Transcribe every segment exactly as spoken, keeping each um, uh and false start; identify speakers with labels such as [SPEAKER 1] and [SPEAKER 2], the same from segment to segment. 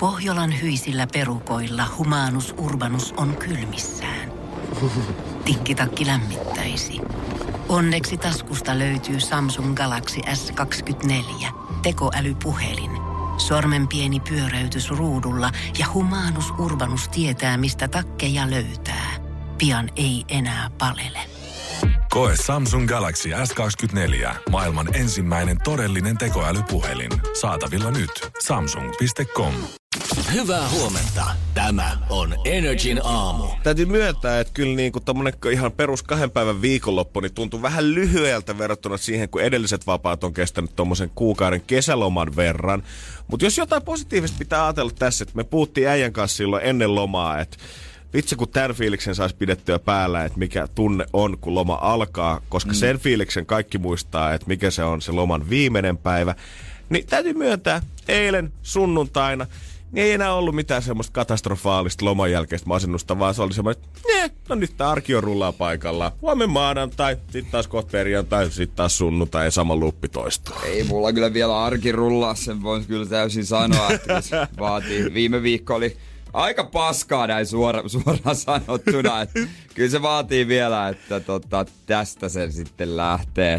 [SPEAKER 1] Pohjolan hyisillä perukoilla Humanus Urbanus on kylmissään. Tikkitakki lämmittäisi. Onneksi taskusta löytyy Samsung Galaxy S kaksikymmentäneljä, tekoälypuhelin. Sormen pieni pyöräytys ruudulla ja Humanus Urbanus tietää, mistä takkeja löytää. Pian ei enää palele.
[SPEAKER 2] Koe Samsung Galaxy S kaksikymmentäneljä, maailman ensimmäinen todellinen tekoälypuhelin. Saatavilla nyt. samsung piste com.
[SPEAKER 3] Hyvää huomenta. Tämä on Energin aamu.
[SPEAKER 4] Täytyy myöntää, että kyllä niin kuin tommonen ihan perus kahden päivän viikonloppu niin tuntuu vähän lyhyeltä verrattuna siihen, kun edelliset vapaat on kestänyt tommosen kuukauden kesäloman verran. Mutta jos jotain positiivista pitää ajatella tässä, että me puhuttiin äijän kanssa silloin ennen lomaa, että vitsi kun tämän fiiliksen saisi pidettyä päällä, että mikä tunne on, kun loma alkaa, koska mm. sen fiiliksen kaikki muistaa, että mikä se on se loman viimeinen päivä. Niin täytyy myöntää, eilen sunnuntaina niin ei enää ollut mitään semmoista katastrofaalista loman jälkeistä masennusta, vaan se oli semmoinen, että no nyt tää arki on rullaa paikallaan. Huomenna maanantai, sit taas kohta perjantai, sit taas sunnuntai ja sama luppi toistuu.
[SPEAKER 5] Ei mulla kyllä vielä arki rullaa, sen voin kyllä täysin sanoa, että se vaatii. Viime viikko oli aika paskaa näin suora, suoraan sanottuna, että kyllä se vaatii vielä, että tota, tästä se sitten lähtee.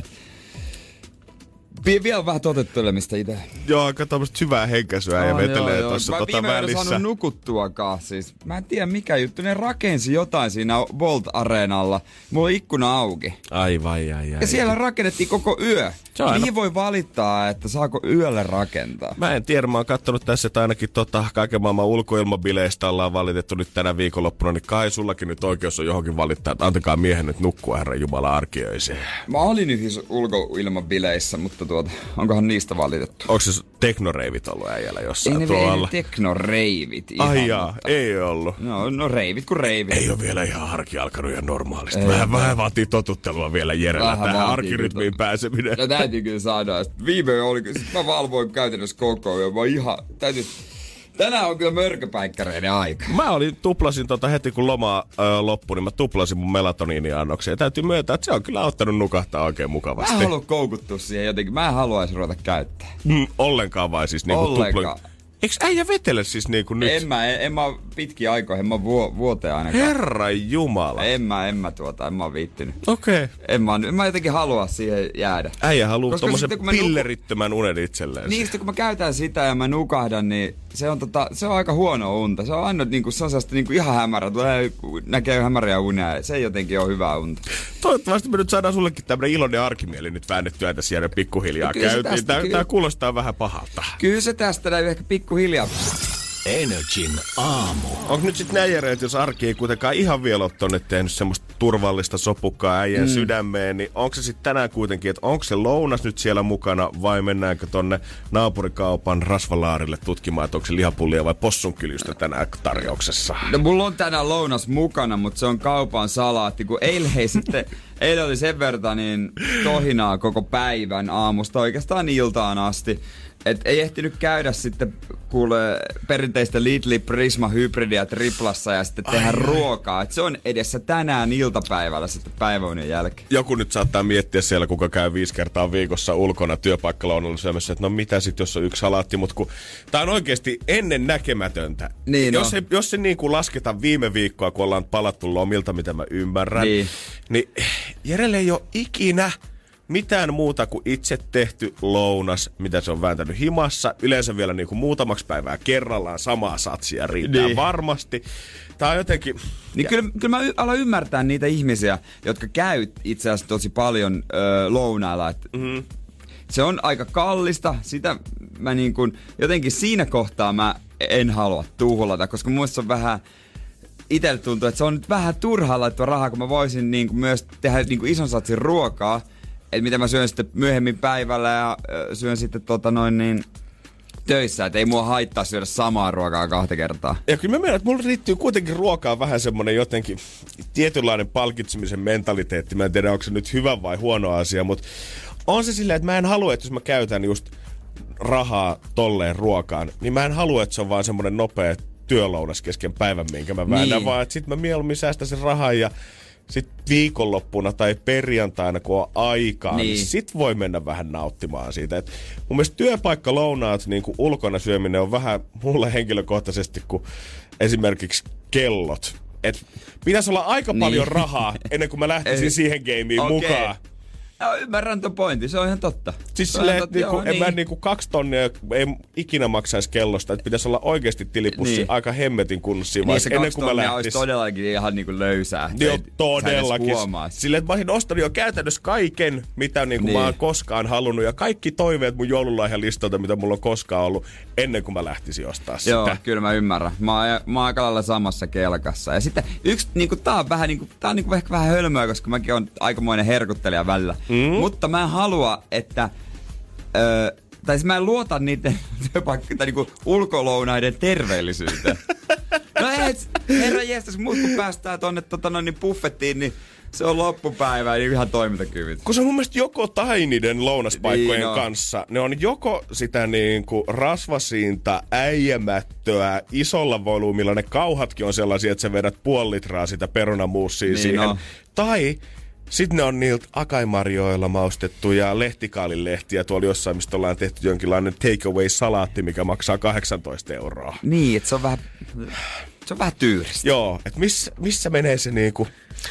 [SPEAKER 5] Vielä vähän totuttelemista itse.
[SPEAKER 4] Joo, aika tämmöistä syvää henkäisyä oh, ja vetelee tuossa tota välissä. Mä viime
[SPEAKER 5] saanut nukuttuakaan siis. Mä en tiedä mikä juttu. Ne rakensi jotain siinä Bolt-areenalla. Mulla on ikkuna auki.
[SPEAKER 4] Ai vai, ai, ai.
[SPEAKER 5] Ja siellä rakennettiin koko yö. Mihin voi valittaa, että saako yölle rakentaa?
[SPEAKER 4] Mä en tiedä. Mä oon kattonut tässä, että ainakin tota, kaiken maailman ulkoilmabileistä ollaan valitettu nyt tänä viikonloppuna. Niin kai sullakin nyt oikeus on johonkin valittaa, että antakaa miehen nyt nukkua Herran Jumala arkiöisiin.
[SPEAKER 5] Mä olin yhdessä ulkoilmabileissä, mutta tuota, onkohan niistä valitettu?
[SPEAKER 4] Onko se teknoreivit ollut äijällä jossain
[SPEAKER 5] ei
[SPEAKER 4] tuolla?
[SPEAKER 5] Ei ne teknoreivit.
[SPEAKER 4] Ai jaa, mutta ei ollut.
[SPEAKER 5] No, no reivit kuin reivit.
[SPEAKER 4] Ei ole vielä ihan arki alkanut ihan normaalisti. Ei, vähän, vähän vaatii totuttelua vielä Jerellä tähän arkirytmiin to... pääseminen.
[SPEAKER 5] No täytyy kyllä sanoa. Viime oli, sit mä valvoin käytännössä koko ajan. Mä ihan, täytyy... Tänään on kyllä mörköpäikkäreiden aika.
[SPEAKER 4] Mä olin, tuplasin tota heti kun loma ö, loppui, niin mä tuplasin mun melatoniiniannoksia. Ja täytyy myöntää, että se on kyllä auttanut nukahtaa oikein mukavasti.
[SPEAKER 5] Mä en halua koukuttua siihen jotenkin. Mä en haluaisi ruveta käyttää.
[SPEAKER 4] Mm, ollenkaan vai siis niinku
[SPEAKER 5] ollenkaan.
[SPEAKER 4] Tupla... Eikö äijä vetele siis niinku nyt?
[SPEAKER 5] En mä, en, en mä pitkiä aikoihin, en mä vuo, vuoteen ainakaan.
[SPEAKER 4] Herran jumala.
[SPEAKER 5] En mä, en mä tuota, en mä viittynyt.
[SPEAKER 4] Okei. Okay.
[SPEAKER 5] En mä, en mä jotenkin halua siihen jäädä.
[SPEAKER 4] Äijä haluaa tommosen pillerittömän nuku... unen itselleen.
[SPEAKER 5] Niin, sitten kun mä käytän sitä ja mä nukahdan, niin se on, tota, se on aika huono unta. Se on aina niinku, se on sellaista niinku ihan hämärä. Tulee, näkee hämäriä unia. Se ei jotenkin ole hyvää unta.
[SPEAKER 4] Toivottavasti me nyt saadaan sullekin tämmönen iloinen arkimieli nyt väännettyä tässä siellä pikkuhiljaa no, käytiin. Tää, tää kuulostaa vähän pahalta.
[SPEAKER 5] Kyllä se tästä näin ehkä pikkuhiljaa.
[SPEAKER 3] Energin aamu.
[SPEAKER 4] Onko nyt sit näin, että jos arki ei kuitenkaan ihan vielä ole tonne tehnyt semmoista turvallista sopukkaa äijän mm. sydämeen, niin onko se sitten tänään kuitenkin, että onko se lounas nyt siellä mukana vai mennäänkö tonne naapurikaupan rasvalaarille tutkimaan, että onko se lihapullia vai possunkyljystä tänään tarjouksessa?
[SPEAKER 5] No mulla on tänään lounas mukana, mutta se on kaupan salaatti, kun eilen hei sitten, eilen oli sen verran niin tohinaa koko päivän aamusta oikeastaan iltaan asti. Et ei ehtinyt käydä sitten kuule perinteistä Lidl Prisma hybridiä triplassa ja sitten tehdä ai, ruokaa. Et se on edessä tänään iltapäivällä sitten päiväunen jälkeen.
[SPEAKER 4] Joku nyt saattaa miettiä siellä, kuka käy viisi kertaa viikossa ulkona työpaikkalounalla syömässä, että no mitä sit, jos on yksi salaatti, mutta kun tää on oikeesti ennen näkemätöntä.
[SPEAKER 5] Niin
[SPEAKER 4] jos, se, jos se niin kuin lasketaan viime viikkoa, kun ollaan palattu lomilta, mitä mä ymmärrän, niin, niin Jerelle ei ole ikinä mitään muuta kuin itse tehty lounas, mitä se on vääntänyt himassa. Yleensä vielä niin kuin muutamaksi päivää kerrallaan samaa satsia riittää niin varmasti. Tää on jotenkin...
[SPEAKER 5] Niin kyllä, kyllä mä y- alan ymmärtää niitä ihmisiä, jotka käy itse asiassa tosi paljon öö, lounailla. Mm-hmm. Se on aika kallista. Sitä mä niin kuin, jotenkin siinä kohtaa mä en halua tuhlata, koska mun mielestä se on vähän... Itelle tuntuu, että se on nyt vähän turhaa laittua rahaa, kun mä voisin niin kuin myös tehdä niin kuin ison satsin ruokaa. Että mitä mä syön sitten myöhemmin päivällä ja ö, syön sitten tota noin niin töissä, että ei mua haittaa syödä samaa ruokaa kahta kertaa.
[SPEAKER 4] Ja kyllä mä menen, että mulla riittyy kuitenkin ruokaa vähän semmonen jotenkin tietynlainen palkitsemisen mentaliteetti. Mä en tiedä, onko se nyt hyvä vai huono asia, mutta on se silleen, että mä en halua, että jos mä käytän just rahaa tolleen ruokaan, niin mä en halua, että se on vaan semmonen nopea työlounas kesken päivän, minkä mä väännän, niin. Vaan että sit mä mieluummin säästän sen rahan ja sit viikonloppuna tai perjantaina, kun on aikaa, niin, niin sit voi mennä vähän nauttimaan siitä. Et mun mielestä työpaikkalounaat, niin kuin ulkona syöminen on vähän mulle henkilökohtaisesti kuin esimerkiksi kellot. Et pitäisi olla aika niin paljon rahaa ennen kuin mä lähtisin siihen gameen okay mukaan.
[SPEAKER 5] No, ymmärrän ton pointin, se on ihan totta.
[SPEAKER 4] Siis silleen, että niinku, en niin. mä niinku kaksi tonnia ei ikinä maksaisi kellosta, että pitäisi olla oikeasti tilipussi niin aika hemmetin kunnossa
[SPEAKER 5] niin,
[SPEAKER 4] vaiheessa, ennen kuin mä lähtis.
[SPEAKER 5] Olisi todellakin ihan niinku löysää.
[SPEAKER 4] Joo, todellakin. Silleen, että mä olisin ostanut jo käytännössä kaiken, mitä niinku niin mä oon koskaan halunnut, ja kaikki toiveet mun joululahjalistalta, mitä mulla on koskaan ollut, ennen kuin mä lähtisin ostaa sitä.
[SPEAKER 5] Joo, kyllä mä ymmärrän. Mä oon, mä oon aika lailla samassa kelkassa. Ja sitten yksi, niinku, tää on vähän niinku, tää on niinku ehkä vähän hölmöä, koska mäkin oon aikamoinen herkuttelija välillä. Mm. Mutta mä en halua, että... Öö, tai siis mä en luota niiden työpaikka, tai niinku ulkolounaiden terveellisyyteen. No et, herra jestas, muut kun päästään tonne tota, no, niin buffettiin, niin se on loppupäivä, niin ihan toimintakyvyt.
[SPEAKER 4] Kun se on mun mielestä joko tai niiden lounaspaikkojen niin, no. kanssa. Ne on joko sitä niinku rasvasiinta, äijämättöä, isolla volyymilla. Ne kauhatkin on sellaisia, että sä vedät puoli litraa sitä perunamuussia niin, siihen. No. Tai... Sitten ne on niiltä akaimarjoilla maustettuja lehtikaalilehtiä tuolla jossain, mistä ollaan tehty jonkinlainen takeaway-salaatti, mikä maksaa kahdeksantoista euroa.
[SPEAKER 5] Niin, että se on vähän, se on vähän tyyristä.
[SPEAKER 4] Joo, että missä, missä menee se niinku...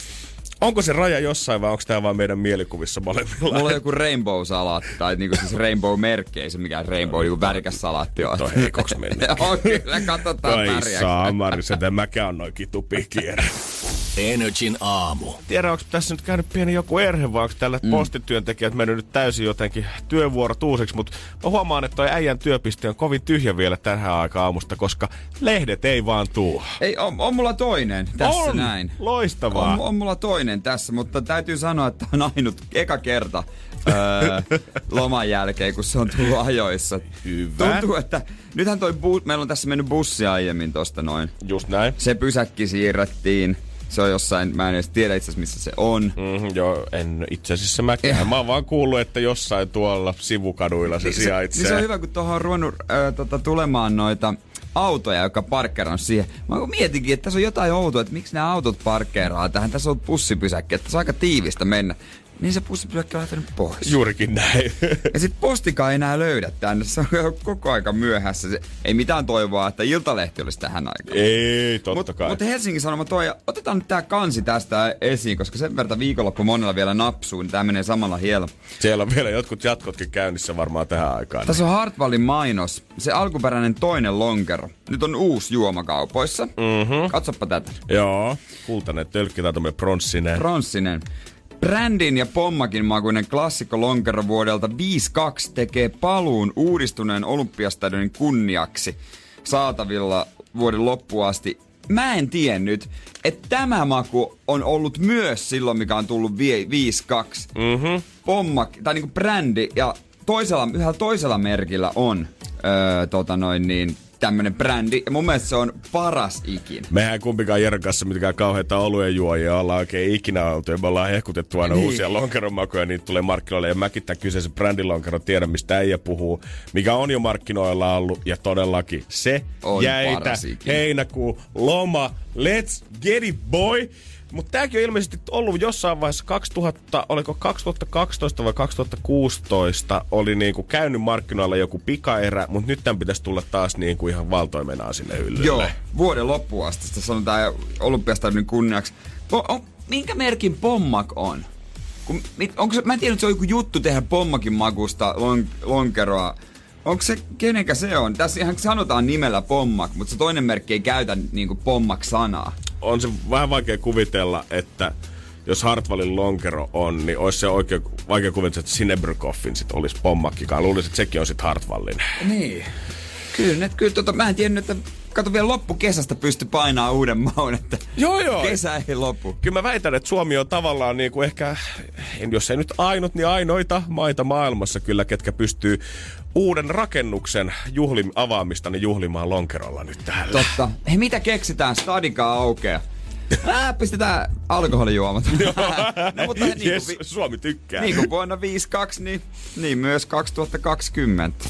[SPEAKER 4] Onko se raja jossain vai onko tää vaan meidän mielikuvissa molemmilla?
[SPEAKER 5] Mulla on joku rainbow-salaatti, tai niinku siis rainbow-merkki, ei se mikään rainbow, niinku värikäs salaatti on.
[SPEAKER 4] Toi heikoks mennä.
[SPEAKER 5] Joo, kyllä, katsotaan pärjääks.
[SPEAKER 4] Toi saamari, se mäkään on noin kitupikierä.
[SPEAKER 3] Energin aamu.
[SPEAKER 4] Tiedä, onko tässä nyt käynyt pieni joku erhe, vai onko tällä mm. postityöntekijät mennyt nyt täysin jotenkin työvuorot uusiksi, mutta mä huomaan, että toi äijän työpiste on kovin tyhjä vielä tähän aikaan aamusta, koska lehdet ei vaan tuu.
[SPEAKER 5] Ei, on, on mulla toinen tässä
[SPEAKER 4] on,
[SPEAKER 5] näin.
[SPEAKER 4] Loistavaa.
[SPEAKER 5] On, on mulla toinen tässä, mutta täytyy sanoa, että on ainut eka kerta öö, loman jälkeen, kun se on tullut ajoissa.
[SPEAKER 4] Hyvä.
[SPEAKER 5] Tuntuu, että nythän toi bu- meillä on tässä mennyt bussi aiemmin tosta noin.
[SPEAKER 4] Just näin.
[SPEAKER 5] Se pysäkki siirrettiin. Se on jossain, mä en edes tiedä itse asiassa missä se on.
[SPEAKER 4] Mm, joo, en itse asiassa mäkään. Mä oon vaan kuullut, että jossain tuolla sivukaduilla se, niin se sijaitsee.
[SPEAKER 5] Niin se on hyvä, kun tuohon on ruvennut äh, tota, tulemaan noita autoja, jotka parkkeeraan siihen. Mä mietinkin, että tässä on jotain outoa, että miksi nämä autot parkkeeraa tähän. Tässä on bussipysäkki, että se on aika tiivistä mennä. Niin se bussipysäkki on lähtenyt pois.
[SPEAKER 4] Juurikin näin.
[SPEAKER 5] Ja sit postikaan ei enää löydä tänne. Se on koko aika myöhässä. Se, ei mitään toivoa, että Iltalehti olisi tähän aikaan.
[SPEAKER 4] Ei, totta
[SPEAKER 5] Mut,
[SPEAKER 4] kai.
[SPEAKER 5] Mutta Helsingin Sanoma toi, otetaan nyt tää kansi tästä esiin, koska sen verran viikonloppu monella vielä napsuu, niin tää menee samalla hiellä.
[SPEAKER 4] Siellä on vielä jotkut jatkotkin käynnissä varmaan tähän aikaan.
[SPEAKER 5] Tässä on Hartwallin mainos. Se alkuperäinen toinen lonkero. Nyt on uusi juoma kaupoissa.
[SPEAKER 4] Mm-hmm.
[SPEAKER 5] Katsoppa tätä.
[SPEAKER 4] Joo, kultainen tölkki tai tommoinen pronssinen.
[SPEAKER 5] Pronssinen. Brändin ja pommakin makuinen klassikko lonkero vuodelta viisikymmentäkaksi tekee paluun uudistuneen Olympiastadionin kunniaksi saatavilla vuoden loppuun asti. Mä en tiennyt, että tämä maku on ollut myös silloin, mikä on tullut viisikymmentäkaksi.
[SPEAKER 4] Mm-hmm.
[SPEAKER 5] Pommak, tai niinku brändi, ja toisella, yhdellä toisella merkillä on öö, tota noin niin, tämmönen brändi, ja mun mielestä se on paras ikinä.
[SPEAKER 4] Mehän kumpikaan Jeren kanssa mitkään kauheita oluen juojia ollaan oikein ikinä oltu, ja me ollaan hehkutettu aina niin uusia lonkeromakuja, niitä tulee markkinoille, ja mäkin tämän kyseisen brändilonkeron tiedän, mistä äijä puhuu, mikä on jo markkinoilla ollut, ja todellakin se
[SPEAKER 5] on
[SPEAKER 4] jäitä heinäkuu loma, let's get it boy! Mutta tääkin on ilmeisesti ollut jossain vaiheessa kaksituhatta, oliko kaksituhattakaksitoista vai kaksituhattakuusitoista oli niinku käynyt markkinoilla joku pikaerä, mutta nyt tämän pitäisi tulla taas niinku ihan valtoimenaan sinne hyllylle.
[SPEAKER 5] Joo, vuoden loppuun asti sitä sanotaan Olympiastadionin kunniaksi. On, on, minkä merkin pommak on? Kun, onko se, mä en tiedä, että se on joku juttu tehdä pommakin makusta lon, lonkeroa. Onko se, kenenkä se on? Tässä ihan sanotaan nimellä pommak, mutta se toinen merkki ei käytä niinku pommak-sanaa. On
[SPEAKER 4] se vähän vaikea kuvitella, että jos Hartwallin lonkero on, niin olisi se oikein vaikea kuvitella, että Sinebrykoffin sit olisi pommakkikaan. Luulisin, että sekin on sit Hartwallin.
[SPEAKER 5] Niin. Kyllä, kyllä tota, mä en tiennyt, että kato vielä loppukesästä pysty painaa uuden maun, että
[SPEAKER 4] joo, joo.
[SPEAKER 5] Kesä ei lopu.
[SPEAKER 4] Kyllä mä väitän, että Suomi on tavallaan niin kuin ehkä, jos ei nyt ainut, niin ainoita maita maailmassa kyllä, ketkä pystyy uuden rakennuksen juhlim, avaamista niin juhlimaan lonkerolla nyt täällä.
[SPEAKER 5] Totta. Hei, mitä keksitään? Stadikaa aukeaa. Äh, pistetään alkoholijuomat.
[SPEAKER 4] No, mutta niin yes, vi- Suomi tykkää.
[SPEAKER 5] Niin kuin vuonna viisikymmentäkaksi, niin, niin myös kaksituhattakaksikymmentä.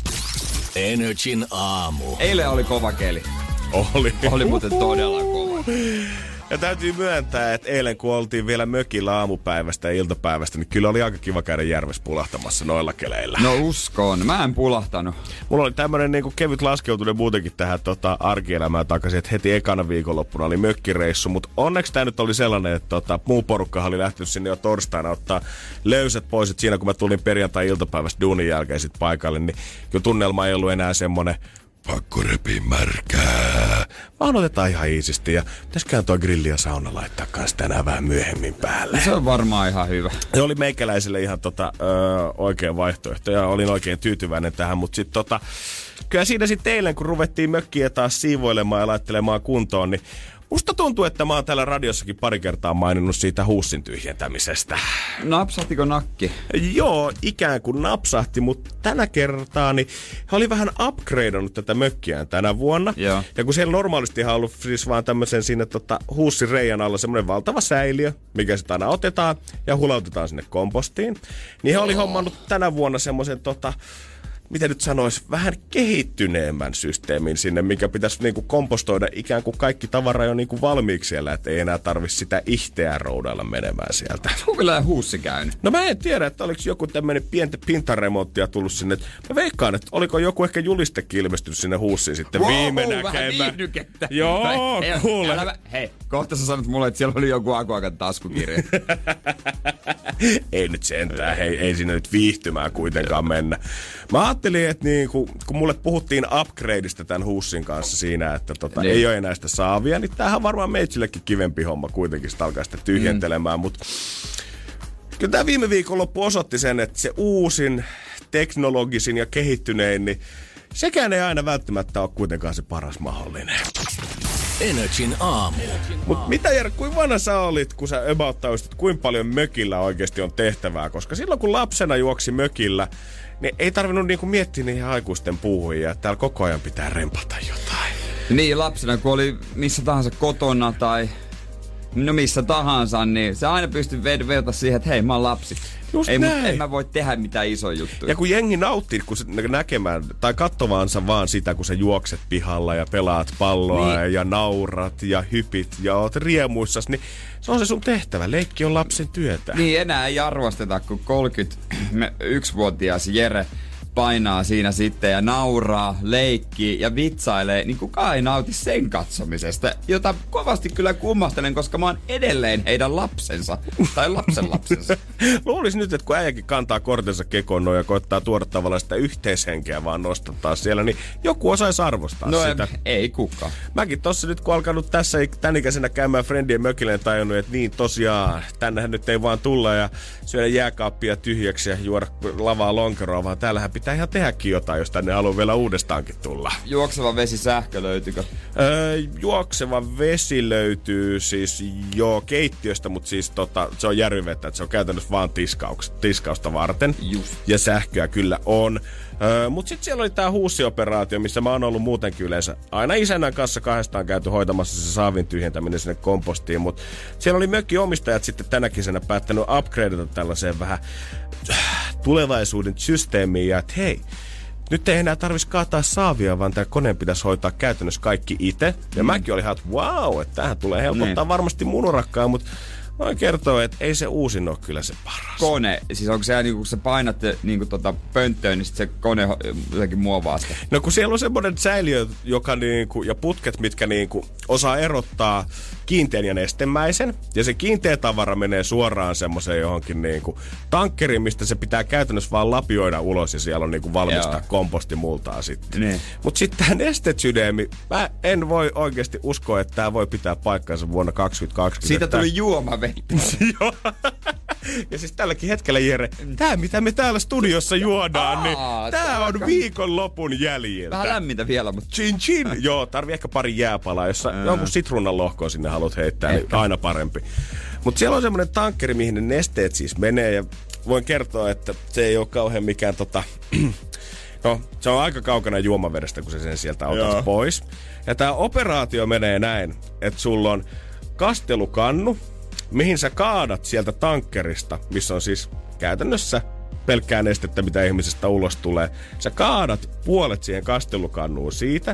[SPEAKER 3] Energin aamu.
[SPEAKER 5] Eilen oli kova keli.
[SPEAKER 4] Oli.
[SPEAKER 5] Oli muuten todella kova.
[SPEAKER 4] Ja täytyy myöntää, että eilen kun oltiin vielä mökillä aamupäivästä ja iltapäivästä, niin kyllä oli aika kiva käydä järvessä pulahtamassa noilla keleillä.
[SPEAKER 5] No uskon. Mä en pulahtanut.
[SPEAKER 4] Mulla oli tämmönen niinku kevyt laskeutuminen muutenkin tähän tota, arkielämään takaisin, että heti ekana viikonloppuna oli mökkireissu, mutta onneksi tää nyt oli sellainen, että tota, muu porukka oli lähtenyt sinne jo torstaina ottaa löysät pois, että siinä kun mä tulin perjantai-iltapäivästä duunin jälkeen sit paikalle, niin kyllä tunnelma ei ollut enää semmonen pakko repii märkää. Vaan otetaan ihan iisisti ja pitäisikään tuo grilli ja sauna laittaa kans tänään vähän myöhemmin päälle.
[SPEAKER 5] Se on varmaan ihan hyvä.
[SPEAKER 4] Se oli meikäläiselle ihan tota, ö, oikea vaihtoehto ja olin oikein tyytyväinen tähän, mutta sitten tota, kyllä siinä sitten eilen kun ruvettiin mökkiä taas siivoilemaan ja laittelemaan kuntoon, niin musta tuntuu, että mä oon täällä radiossakin pari kertaa maininnut siitä huussin tyhjentämisestä.
[SPEAKER 5] Napsahtiko nakki?
[SPEAKER 4] Joo, ikään kuin napsahti, mutta tänä kertaa niin he oli vähän upgradeannut tätä mökkiään tänä vuonna.
[SPEAKER 5] Joo.
[SPEAKER 4] Ja kun siellä normaalisti on ollut siis vaan tämmöisen sinne tota, huussin reiän alla semmoinen valtava säiliö, mikä sitten aina otetaan ja hulautetaan sinne kompostiin. Niin he oli hommannut tänä vuonna semmoisen tota... miten nyt sanois, vähän kehittyneemmän systeemin sinne, mikä pitäisi niinku kompostoida ikään kuin kaikki tavara jo niinku valmiiksi siellä, että ei enää tarvitse sitä ihteää roudailla menemään sieltä.
[SPEAKER 5] Onko kyllä huussi käynyt?
[SPEAKER 4] No mä en tiedä, että oliko joku tämmöinen pientä pintaremonttia tullut sinne. Mä veikkaan, että oliko joku ehkä julistekin ilmestynyt sinne huussiin sitten
[SPEAKER 5] wow,
[SPEAKER 4] viime
[SPEAKER 5] vähän
[SPEAKER 4] näkemään.
[SPEAKER 5] viihdykettä.
[SPEAKER 4] Joo,
[SPEAKER 5] hei,
[SPEAKER 4] kuule.
[SPEAKER 5] Älä, hei, kohta sä sanot mulle, että siellä oli joku Akuakan taskukirja.
[SPEAKER 4] Ei nyt sentään, hei, ei siinä nyt viihtymään kuitenkaan mennä. Mä ajattelin, että niinku, kun mulle puhuttiin upgradeista tämän huussin kanssa siinä, että tota, niin. ei ole enää sitä saavia, niin tämähän on varmaan meitsillekin kivempi homma kuitenkin sitä alkaa sitä tyhjentelemään, mm. mutta kyllä tämä viime viikonloppu osoitti sen, että se uusin, teknologisin ja kehittynein, niin sekään ei aina välttämättä ole kuitenkaan se paras mahdollinen.
[SPEAKER 3] Energin aamu.
[SPEAKER 4] Mut mitä Jere, kuinka vanha sä olit, kun sä about taustat, kuinka paljon mökillä oikeasti on tehtävää? Koska silloin kun lapsena juoksi mökillä, niin ei tarvinnut niinku miettiä niihin aikuisten puuhuja, että täällä koko ajan pitää rempata jotain.
[SPEAKER 5] Niin, lapsena kun oli missä tahansa kotona tai no missä tahansa, niin se aina pystyi vedota siihen, että hei, mä oon lapsi.
[SPEAKER 4] Just
[SPEAKER 5] ei,
[SPEAKER 4] näin.
[SPEAKER 5] En mä voi tehdä mitään isoja juttuja.
[SPEAKER 4] Ja kun jengi nauttii kun se, näkemään tai kattovaansa vaan sitä, kun sä juokset pihalla ja pelaat palloa niin. ja naurat ja hypit ja oot riemuissas, niin se on se sun tehtävä. Leikki on lapsen työtä.
[SPEAKER 5] Niin, enää ei arvosteta, kun kolmekymmentäyksivuotias Jere painaa siinä sitten ja nauraa, leikkii ja vitsailee, niin kukaan ei nauti sen katsomisesta, jota kovasti kyllä kummastelen, koska mä oon edelleen heidän lapsensa, tai lapsen lapsensa.
[SPEAKER 4] Luulis nyt, että kun äijäkin kantaa kortensa kekoon noin ja koittaa tuoda tavallaan sitä yhteishenkeä vaan nostattaa siellä, niin joku osaisi arvostaa
[SPEAKER 5] no
[SPEAKER 4] sitä.
[SPEAKER 5] No ei kukaan.
[SPEAKER 4] Mäkin tossa nyt kun alkanut tässä tän ikäisenä käymään friendien mökille, tajunnut, että niin tosiaan, tännehän nyt ei vaan tulla ja syödä jääkaappia tyhjäksi ja juoda lavaa lonkeroa, vaan täällähän pitää Pitää ihan tehdäkin jotain, jos tänne haluaa vielä uudestaankin tulla.
[SPEAKER 5] Juokseva vesi sähkö löytyykö?
[SPEAKER 4] Öö, juokseva vesi löytyy siis joo keittiöstä, mutta siis tota, se on järvivettä, että se on käytännössä vaan tiskauks, tiskausta varten.
[SPEAKER 5] Just.
[SPEAKER 4] Ja sähköä kyllä on. Öö, mutta sitten siellä oli tää huussioperaatio, missä mä oon ollut muutenkin yleensä aina isännän kanssa kahdestaan käyty hoitamassa se saavin tyhjentäminen sinne kompostiin, mutta siellä oli mökkiomistajat sitten tänä kesänä päättänyt upgradeata tällaiseen vähän tulevaisuuden systeemiin ja että hei, nyt ei enää tarvitsisi kaataa saavia, vaan tämä koneen pitäisi hoitaa käytännössä kaikki itse. Ja mm. mäkin olin ihan, että wow, että tämähän tulee helpottaa ne. varmasti mun urakkaa, mutta voin kertoa, että ei se uusin ole kyllä se paras.
[SPEAKER 5] Kone, siis onko se niin kun sä painat niin tota pönttöön, niin sit se kone jotenkin muovaa sitä?
[SPEAKER 4] No kun siellä on semmoinen säiliö, joka niinku, ja putket, mitkä niinku osaa erottaa kiinteän ja nestemäisen. Ja se kiinteä tavara menee suoraan semmoiseen johonkin niinku tankkeriin, mistä se pitää käytännössä vaan lapioida ulos ja siellä on niinku valmista kompostimultaa sitten. Niin. Mut sitten tää nestesydeemi, mä en voi oikeasti uskoa, että tää voi pitää paikkansa vuonna kaksituhattakaksikymmentä.
[SPEAKER 5] Siitä tuli juomavettä.
[SPEAKER 4] Joo. Ja siis tälläkin hetkellä, Jere, tää mitä me täällä studiossa juodaan, Aa, niin tää on viikonlopun jäljiltä.
[SPEAKER 5] Vähän lämmintä vielä, mutta...
[SPEAKER 4] Chin chin! Joo, tarvii ehkä pari jääpalaa. Jos mm. jonkun sitruunan lohkoa sinne haluat heittää, ehkä. Niin aina parempi. Mutta siellä on semmoinen tankkeri, mihin ne nesteet siis menee. Ja voin kertoa, että se ei ole kauhean mikään tota... No, se on aika kaukana juomavedestä, kun se sen sieltä otat pois. Ja tää operaatio menee näin, että sulla on kastelukannu, mihin sä kaadat sieltä tankkerista, missä on siis käytännössä pelkkää nestettä, mitä ihmisestä ulos tulee. Sä kaadat puolet siihen kastelukannuun siitä,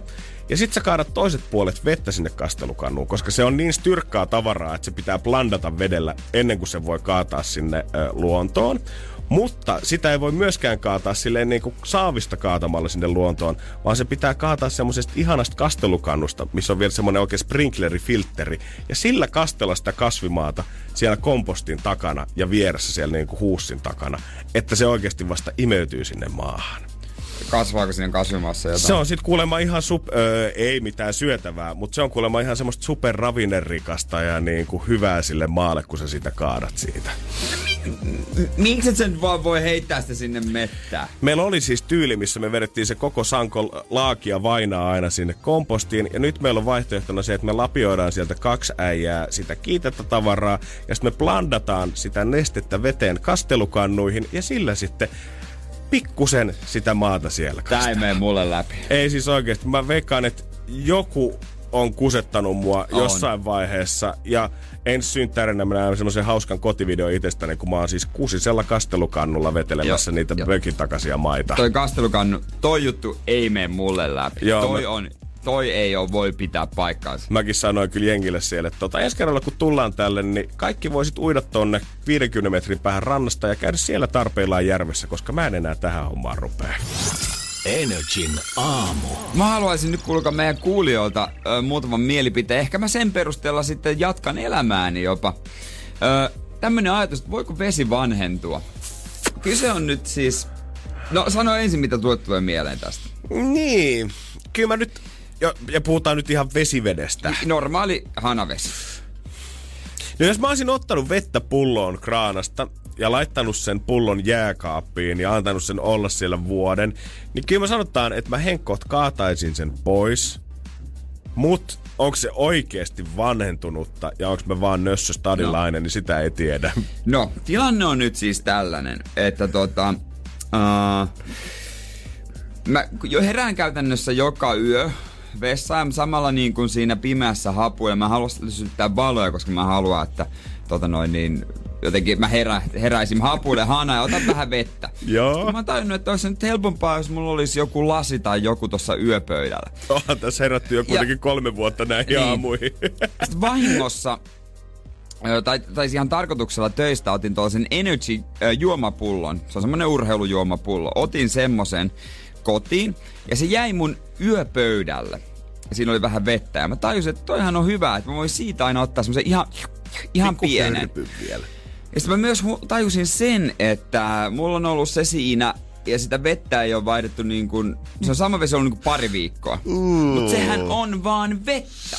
[SPEAKER 4] Ja sit sä kaadat toiset puolet vettä sinne kastelukannuun, koska se on niin styrkkaa tavaraa, että se pitää blandata vedellä ennen kuin se voi kaataa sinne ö, luontoon. Mutta sitä ei voi myöskään kaataa silleen niin kuin saavista kaatamalla sinne luontoon, vaan se pitää kaataa semmoisesta ihanasta kastelukannusta, missä on vielä semmoinen oikein sprinklerifiltteri. Ja sillä kastella sitä kasvimaata siellä kompostin takana ja vieressä siellä niin kuin huussin takana, että se oikeasti vasta imeytyy sinne maahan.
[SPEAKER 5] Kasvaako sinne kasvimassa jotain?
[SPEAKER 4] Se on sit kuulemma ihan, sup, öö, ei mitään syötävää, mutta se on kuulemma ihan semmoista superravinnerikasta ja niin kuin hyvää sille maalle, kun sä sitä kaadat siitä.
[SPEAKER 5] Miksi et sen vaan voi heittää sitä sinne mettään?
[SPEAKER 4] Meillä oli siis tyyli, missä me vedettiin se koko sanko laakia vainaa aina sinne kompostiin. Ja nyt meillä on vaihtoehtona se, että me lapioidaan sieltä kaksi äijää sitä kiitettä tavaraa. Ja sitten me blandataan sitä nestettä veteen kastelukannuihin ja sillä sitten pikkusen sitä maata siellä kastaa.
[SPEAKER 5] Tää ei mene mulle läpi.
[SPEAKER 4] Ei siis oikeesti. Mä veikkaan, että joku on kusettanut mua on. jossain vaiheessa. Ja ensi synttärinä mä näen semmoisen hauskan kotivideon itsestäni, kun mä oon siis kusisella kastelukannulla vetelemässä jo, niitä jo. bökin takaisia maita.
[SPEAKER 5] Toi kastelukannu, toi juttu ei mene mulle läpi. Joo, toi mä... on... Toi ei ole, voi pitää paikkaansa.
[SPEAKER 4] Mäkin sanoin kyllä jengille siellä, että tota, ensi kerralla kun tullaan tälle, niin kaikki voisit uida tonne viidenkymmenen metrin päähän rannasta ja käydä siellä tarpeillaan järvessä, koska mä en enää tähän hommaan rupea.
[SPEAKER 3] Energin aamu.
[SPEAKER 5] Mä haluaisin nyt kuulkaa meidän kuulijoilta ö, muutaman mielipiteen. Ehkä mä sen perusteella sitten jatkan elämääni jopa. Ö, tämmönen ajatus, että voiko vesi vanhentua? Kyse on nyt siis... No sano ensin, mitä tuot tulee mieleen tästä.
[SPEAKER 4] Niin, kyllä mä nyt... Ja, ja puhutaan nyt ihan vesivedestä.
[SPEAKER 5] Normaali hanavesi.
[SPEAKER 4] No jos mä olisin ottanut vettä pulloon kraanasta ja laittanut sen pullon jääkaappiin ja antanut sen olla siellä vuoden, niin kyllä mä sanotaan, että mä henkkoht kaataisin sen pois. Mut onko se oikeasti vanhentunutta ja onko mä vaan nössöstadilainen, no. niin sitä ei tiedä.
[SPEAKER 5] No, tilanne on nyt siis tällainen, että tota... Uh, mä jo herään käytännössä joka yö vessaan samalla niin kuin siinä pimeässä hapuilla. Mä haluan sytyttää valoja, koska mä haluan, että tota noin niin, jotenkin mä herä, heräisin hapuille hana ja otan vähän vettä.
[SPEAKER 4] Joo.
[SPEAKER 5] Mä oon tajunnut, että olisi nyt helpompaa, jos mulla olisi joku lasi tai joku tuossa yöpöydällä.
[SPEAKER 4] Onhan tässä herätty jo kuitenkin ja, kolme vuotta näihin niin, aamuihin.
[SPEAKER 5] Sitten vahingossa, tai, tai ihan tarkoituksella töistä otin tuollaisen Energy-juomapullon. Se on semmonen urheilujuomapullo. Otin semmosen kotiin ja se jäi mun yöpöydälle. Ja siinä oli vähän vettä ja mä tajusin, että toihan on hyvä, että mä voin siitä aina ottaa semmosen ihan, ihan pienen. Vielä. Ja sitten mä myös tajusin sen, että mulla on ollut se siinä ja sitä vettä ei ole vaihdettu niin kuin, se on sama vesi ollut niin kuin pari viikkoa. Mm. Mutta sehän on vaan vettä.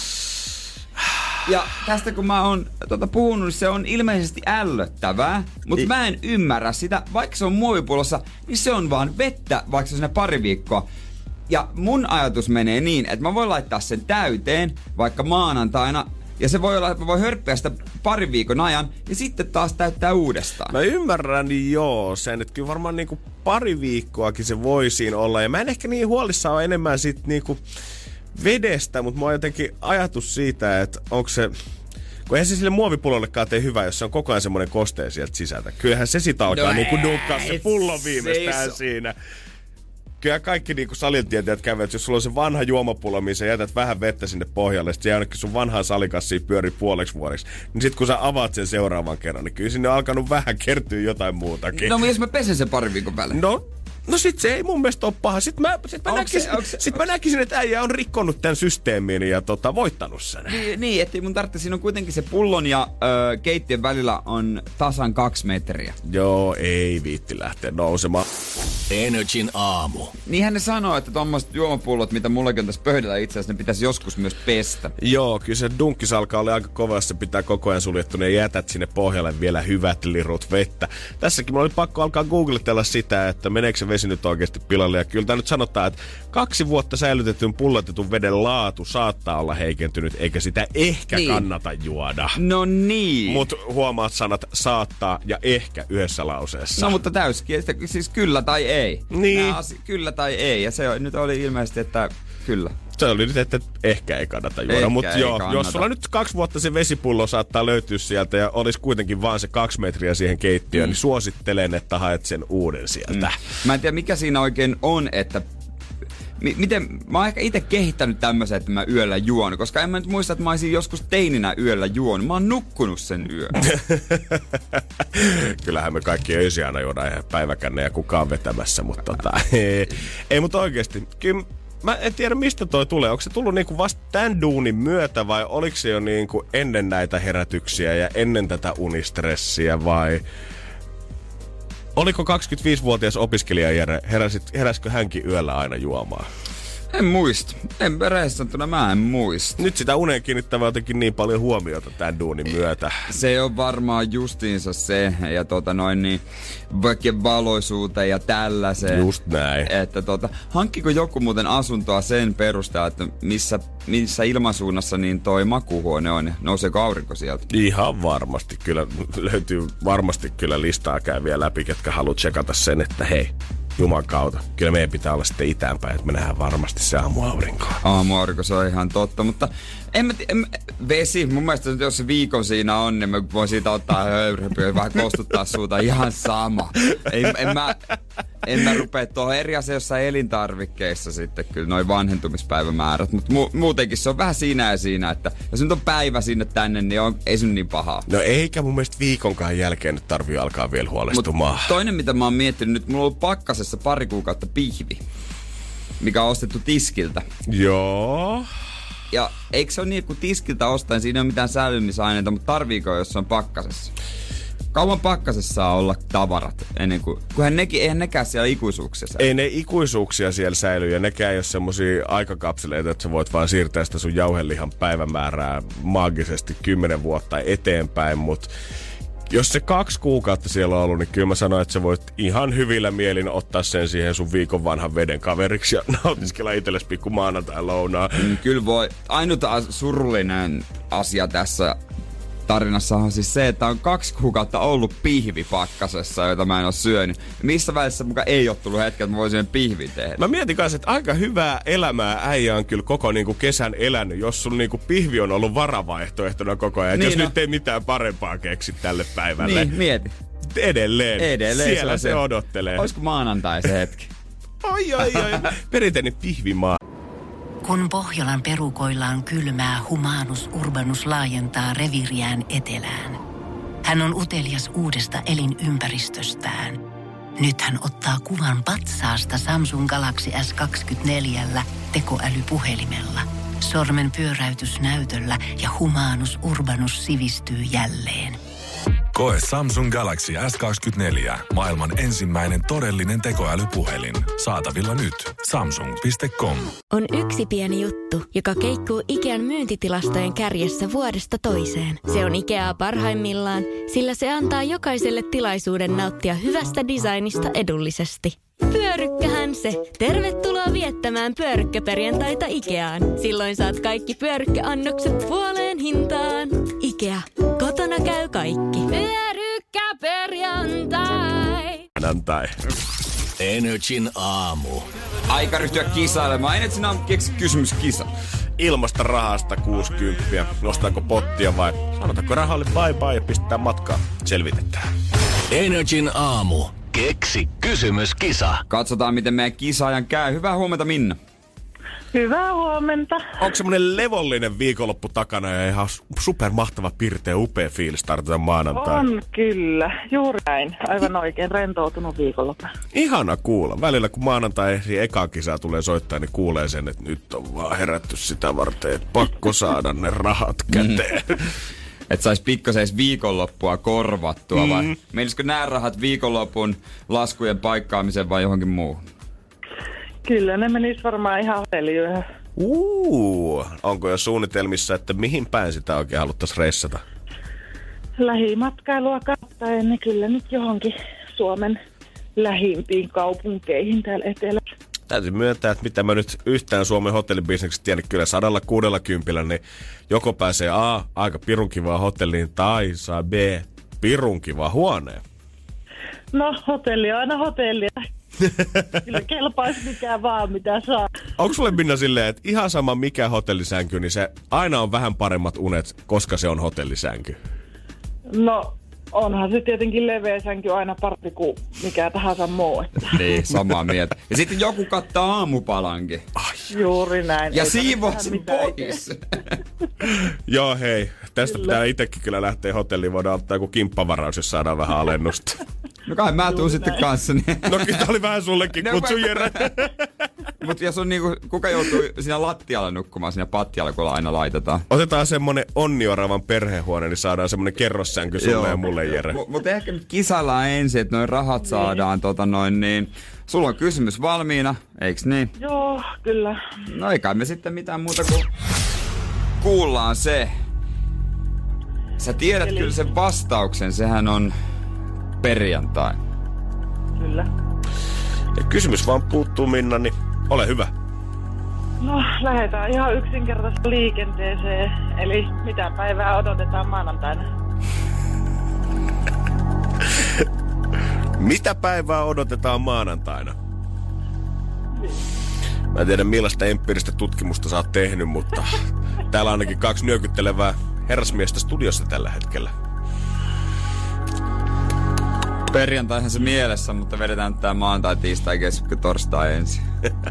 [SPEAKER 5] Ja tästä kun mä oon tuota, puhunut, niin se on ilmeisesti ällöttävää, mutta mä en ymmärrä sitä. Vaikka se on muovipullossa, niin se on vaan vettä, vaikka se on siinä pari viikkoa. Ja mun ajatus menee niin, että mä voin laittaa sen täyteen vaikka maanantaina, ja se voi olla, että mä voin hörppiä sitä parin viikon ajan, ja sitten taas täyttää uudestaan.
[SPEAKER 4] Mä ymmärrän niin joo sen, että kyllä varmaan niinku pari viikkoakin se voi siinä olla. Ja mä en ehkä niin huolissaan ole enemmän sit niinku vedestä, mutta mulla on jotenkin ajatus siitä, että onko se... Kun eihän se sille muovipullollekaan tee hyvä, jos se on koko ajan semmoinen kosteen sieltä sisältä. Kyllähän se sit alkaa no niinku nuukkaa se pullon viimeistään se siinä. Kyllä kaikki niinku salintietäjät käyvät, että jos sulla on se vanha juomapullo, missä jätät vähän vettä sinne pohjalle, sit se ainakin sun vanhaan salikassiin pyörii puoleksi vuodeksi. Niin sit kun sä avaat sen seuraavan kerran, niin kyllä sinne on alkanut vähän kertyä jotain muutakin.
[SPEAKER 5] No jos mä pesen sen parin viikon välein.
[SPEAKER 4] No, no sit se ei mun mielestä ole paha. Sit mä, sit mä, näkisin, se, se, sit mä näkisin, että äijä on rikkonut tämän systeemin ja tota, voittanut sen.
[SPEAKER 5] Niin, niin ettei mun tarvitse. Siinä on kuitenkin se pullon ja ö, keittiön välillä on tasan kaksi metriä.
[SPEAKER 4] Joo, ei viitti lähteä nousemaan.
[SPEAKER 3] Energin aamu.
[SPEAKER 5] Niinhän ne sanoo, että tommoset juomapullot, mitä mullakin on tässä pöydällä itse asiassa, ne pitäisi joskus myös pestä.
[SPEAKER 4] Joo, kyllä se dunkkis alkaa olla aika kova, jos se pitää koko ajan suljettuna ja jätät sinne pohjalle vielä hyvät lirut vettä. Tässäkin mulla oli pakko alkaa googletella sitä, että meneekö se vesi nyt oikeasti pilalle. Ja kyllä tää nyt sanotaan, että kaksi vuotta säilytetyn pullotetun veden laatu saattaa olla heikentynyt, eikä sitä ehkä niin kannata juoda.
[SPEAKER 5] No niin.
[SPEAKER 4] Mut huomaat sanat saattaa ja ehkä yhdessä lauseessa.
[SPEAKER 5] No mutta täyskielistä, siis kyllä tai ei.
[SPEAKER 4] Niin.
[SPEAKER 5] Asi- kyllä tai ei, ja se nyt oli ilmeisesti, että kyllä.
[SPEAKER 4] Se oli nyt, että ehkä ei kannata juoda, mutta joo, kannata. Jos sulla nyt kaksi vuotta se vesipullo saattaa löytyä sieltä ja olisi kuitenkin vaan se kaksi metriä siihen keittiöön, mm. niin suosittelen, että haet sen uuden sieltä. Mm.
[SPEAKER 5] Mä en tiedä, mikä siinä oikein on, että M- miten, mä oon ehkä itse kehittänyt tämmöisen, että mä yöllä juon, koska en mä nyt muista, että mä olisin joskus teininä yöllä juonut. Mä oon nukkunut sen yön.
[SPEAKER 4] Kyllähän me kaikki öisiä aina juodaan ihan päiväkännejä kukaan vetämässä, mutta tota, ei, ei mutta oikeesti. Kyllä mä en tiedä mistä toi tulee. Onko se tullut niinku vasta tämän duunin myötä vai oliko se jo niinku ennen näitä herätyksiä ja ennen tätä unistressiä vai... Oliko kaksikymmentäviisivuotias opiskelija Jere, heräsit, heräskö hänkin yöllä aina juomaan?
[SPEAKER 5] En muista. En rehellisesti mä en muista.
[SPEAKER 4] Nyt sitä uneen kiinnittävää jotenkin niin paljon huomiota tämän duunin myötä.
[SPEAKER 5] Se on varmaan justiinsa se, ja tota noin niin, vaikka valoisuuteen ja tällaiseen.
[SPEAKER 4] Just näin.
[SPEAKER 5] Että tota, hankkiko joku muuten asuntoa sen perusteella, että missä, missä ilmansuunnassa niin toi makuuhuone on, nouseeko aurinko sieltä?
[SPEAKER 4] Ihan varmasti. Kyllä löytyy varmasti kyllä listaa käyviä läpi, ketkä haluaa tsekata sen, että hei, Juman kautta. Kyllä meidän pitää olla sitten itäänpäin, että me nähdään varmasti se aamuaurinko.
[SPEAKER 5] Aamuaurinko, se on ihan totta, mutta en mä, en mä, vesi, mun mielestä jos se viikon siinä on, niin mä voin siitä ottaa höyryhöpyä ja vähän kostuttaa suuta ihan sama. En, en mä, en mä rupea tuohon eri asia jossain elintarvikkeissa sitten kyllä noin vanhentumispäivämäärät, mutta mu, muutenkin se on vähän siinä ja siinä, että jos nyt on päivä sinne tänne, niin on, ei se niin pahaa.
[SPEAKER 4] No eikä mun mielestä viikonkaan jälkeen nyt tarvii alkaa vielä huolestumaan.
[SPEAKER 5] Mut toinen mitä mä oon miettinyt, nyt mulla on ollut pakkasessa pari kuukautta pihvi, mikä on ostettu tiskiltä.
[SPEAKER 4] Joo.
[SPEAKER 5] Ja eikö se ole niin, että kun tiskiltä ostaen, siinä ei ole mitään säilymisaineita, mutta tarviiko, jos se on pakkasessa? Kauan pakkasessa saa olla tavarat ennen kuin... Kunhan nekin, eihän nekään siellä ikuisuuksia säily.
[SPEAKER 4] Ei ne ikuisuuksia siellä säily ja nekään ei ole semmosia aikakapseleita, että sä voit vaan siirtää sitä sun jauhelihan päivämäärää maagisesti kymmenen vuotta eteenpäin, mutta... Jos se kaksi kuukautta siellä on ollut, niin kyllä mä sanoin, että sä voit ihan hyvillä mielin ottaa sen siihen sun viikon vanhan veden kaveriksi ja nautiskella itsellesi pikku maanantai lounaa.
[SPEAKER 5] Mm, kyllä voi. Ainut surullinen asia tässä tarinassa on siis se, että on kaksi kuukautta ollut pihvi pakkasessa, jota mä en ole syönyt. Missä välissä muka ei ole tullut hetki, että mä voisin pihvin tehdä?
[SPEAKER 4] Mä mietin kanssa, että aika hyvää elämää äijä on kyllä koko niinku kesän elänyt, jos sun niinku pihvi on ollut varavaihtoehtona koko ajan. Niin jos no. nyt ei mitään parempaa keksi tälle päivälle.
[SPEAKER 5] Niin, mieti.
[SPEAKER 4] Edelleen.
[SPEAKER 5] Edelleen.
[SPEAKER 4] Siellä se, se odottelee.
[SPEAKER 5] Olisiko maanantai se hetki?
[SPEAKER 4] Oi, oi, oi. Perinteinen pihvimaa.
[SPEAKER 1] Kun Pohjolan perukoillaan kylmää, Humanus Urbanus laajentaa reviiriään etelään. Hän on utelias uudesta elinympäristöstään. Nyt hän ottaa kuvan patsaasta Samsung Galaxy S kaksikymmentäneljä tekoälypuhelimella. Sormen pyöräytys näytöllä ja Humanus Urbanus sivistyy jälleen.
[SPEAKER 2] Koe Samsung Galaxy S kaksikymmentäneljä. Maailman ensimmäinen todellinen tekoälypuhelin. Saatavilla nyt. samsung piste com.
[SPEAKER 6] On yksi pieni juttu, joka keikkuu Ikean myyntitilastojen kärjessä vuodesta toiseen. Se on Ikeaa parhaimmillaan, sillä se antaa jokaiselle tilaisuuden nauttia hyvästä designista edullisesti. Pyörykkähän se. Tervetuloa viettämään pyörykkäperjantaita Ikeaan. Silloin saat kaikki pyörykkäannokset puoleen hintaan. Ikea. Kotona käy kaikki. Pyörykkäperjantai.
[SPEAKER 4] Perjantai.
[SPEAKER 3] Energin aamu.
[SPEAKER 5] Aika ryhtyä kisailemaan. Energin aamu keksi kysymyskisa.
[SPEAKER 4] Ilmasta rahasta kuusikymmentä. Nostaako pottia vai sanotaanko rahalle bye bye ja pistetään matkaa? Selvitetään.
[SPEAKER 3] Energin aamu. Keksi kysymyskisa.
[SPEAKER 5] Katsotaan, miten meidän kisaajan käy. Hyvää huomenta, Minna.
[SPEAKER 7] Hyvää huomenta.
[SPEAKER 4] Onko semmonen levollinen viikonloppu takana ja ihan supermahtava, pirteä, upea fiilis tarvita maanantai?
[SPEAKER 7] On kyllä, juuri näin. Aivan oikein rentoutunut viikonloppu.
[SPEAKER 4] Ihana kuulla. Välillä kun maanantai eka kisaa tulee soittaa, niin kuulee sen, että nyt on vaan herätty sitä varten, että pakko saada ne rahat käteen. Mm.
[SPEAKER 5] Että sais pikkaseis viikonloppua korvattua vai? Mm. Menisikö nämä rahat viikonlopun laskujen paikkaamiseen vai johonkin muuhun?
[SPEAKER 7] Kyllä, ne menis varmaan ihan hotelliin.
[SPEAKER 4] Uuu, onko jo suunnitelmissa, että mihin päin sitä oikein haluttaisiin reissata?
[SPEAKER 7] Lähimatkailua kattaen, niin kyllä nyt johonkin Suomen lähimpiin kaupunkeihin täällä etelässä.
[SPEAKER 4] Täytyy myöntää, että mitä mä nyt yhtään Suomen hotellibisneksestä tiedän, kyllä sadalla kuudella kympillä, niin joko pääsee A, aika pirun kivaa hotelliin, tai saa B, pirun kivaa huoneen.
[SPEAKER 7] No, hotelli on aina hotellia. Kyllä kelpaisi mikään vaan, mitä saa.
[SPEAKER 4] Onko sulle, Minna, silleen, että ihan sama mikä hotellisänky, niin se aina on vähän paremmat unet, koska se on hotellisänky?
[SPEAKER 7] No, Onhan se tietenkin leveä sänky aina parempi kuin mikä tahansa muu. Että.
[SPEAKER 5] Niin, samaa mieltä. Ja sitten joku kattaa aamupalankin.
[SPEAKER 7] Ai. Juuri näin.
[SPEAKER 5] Ja siivoo sen pois.
[SPEAKER 4] Joo, hei. Tästä kyllä. Pitää itsekin kyllä lähteä hotelliin. Voidaan ottaa joku kimppavaraus, jos saadaan vähän alennusta.
[SPEAKER 5] No kai mä tuun sitten kanssani.
[SPEAKER 4] No kyllä tää oli vähän sullekin kutsu, Jere.
[SPEAKER 5] Mut jos on niinku, kuka joutuu siinä lattialla nukkumaan siinä pattialla, kun aina laitetaan.
[SPEAKER 4] Otetaan semmonen onnioravan perhehuone, niin saadaan semmonen kerrossänky sulle ja mulle, Jere.
[SPEAKER 5] Mut, mut ehkä nyt kisaillaan ensin, että noin rahat saadaan tota noin niin. Sulla on kysymys valmiina, eiks niin?
[SPEAKER 7] Joo, kyllä.
[SPEAKER 5] No ei kai me sitten mitään muuta kuin kuullaan se. Sä tiedät Eli... kyllä sen vastauksen, sehän on perjantai.
[SPEAKER 7] Kyllä.
[SPEAKER 4] Ja kysymys vaan puuttuu, Minna, niin ole hyvä.
[SPEAKER 7] No, lähdetään ihan yksinkertaisesti liikenteeseen. Eli mitä päivää odotetaan maanantaina?
[SPEAKER 4] Mitä päivää odotetaan maanantaina? Mä en tiedä millaista empiiristä tutkimusta sä oot tehnyt, mutta täällä on ainakin kaksi nyökyttelevää herrasmiestä studiossa tällä hetkellä.
[SPEAKER 5] Perjantaihan se mielessä, mutta vedetään tää maanantai, tiistai, keskiviikko, torstai ensin.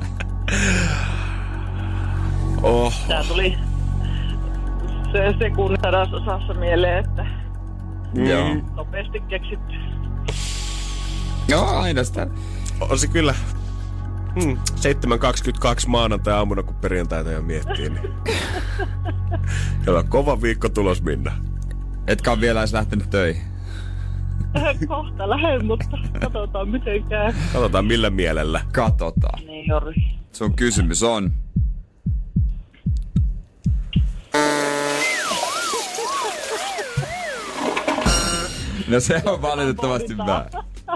[SPEAKER 7] Oho. Tää tuli se sekunnin sadasosassa mieleen, että
[SPEAKER 5] Joo.
[SPEAKER 7] nopeasti keksitty.
[SPEAKER 5] Joo, aina sitä.
[SPEAKER 4] On se kyllä hmm, seitsemän kaksikymmentäkaksi maanantai-aamuna, kun perjantaita jo miettii. Niin. Kyllä kova viikko tulos, Minna.
[SPEAKER 5] Etkä on vielä edes lähtenyt töihin.
[SPEAKER 7] Kohta lähden, mutta katsotaan miten käy.
[SPEAKER 4] Katsotaan millä mielellä.
[SPEAKER 5] Katsotaan.
[SPEAKER 7] Niin, Jori.
[SPEAKER 5] Sun kysymys on... No se on valitettavasti väärin.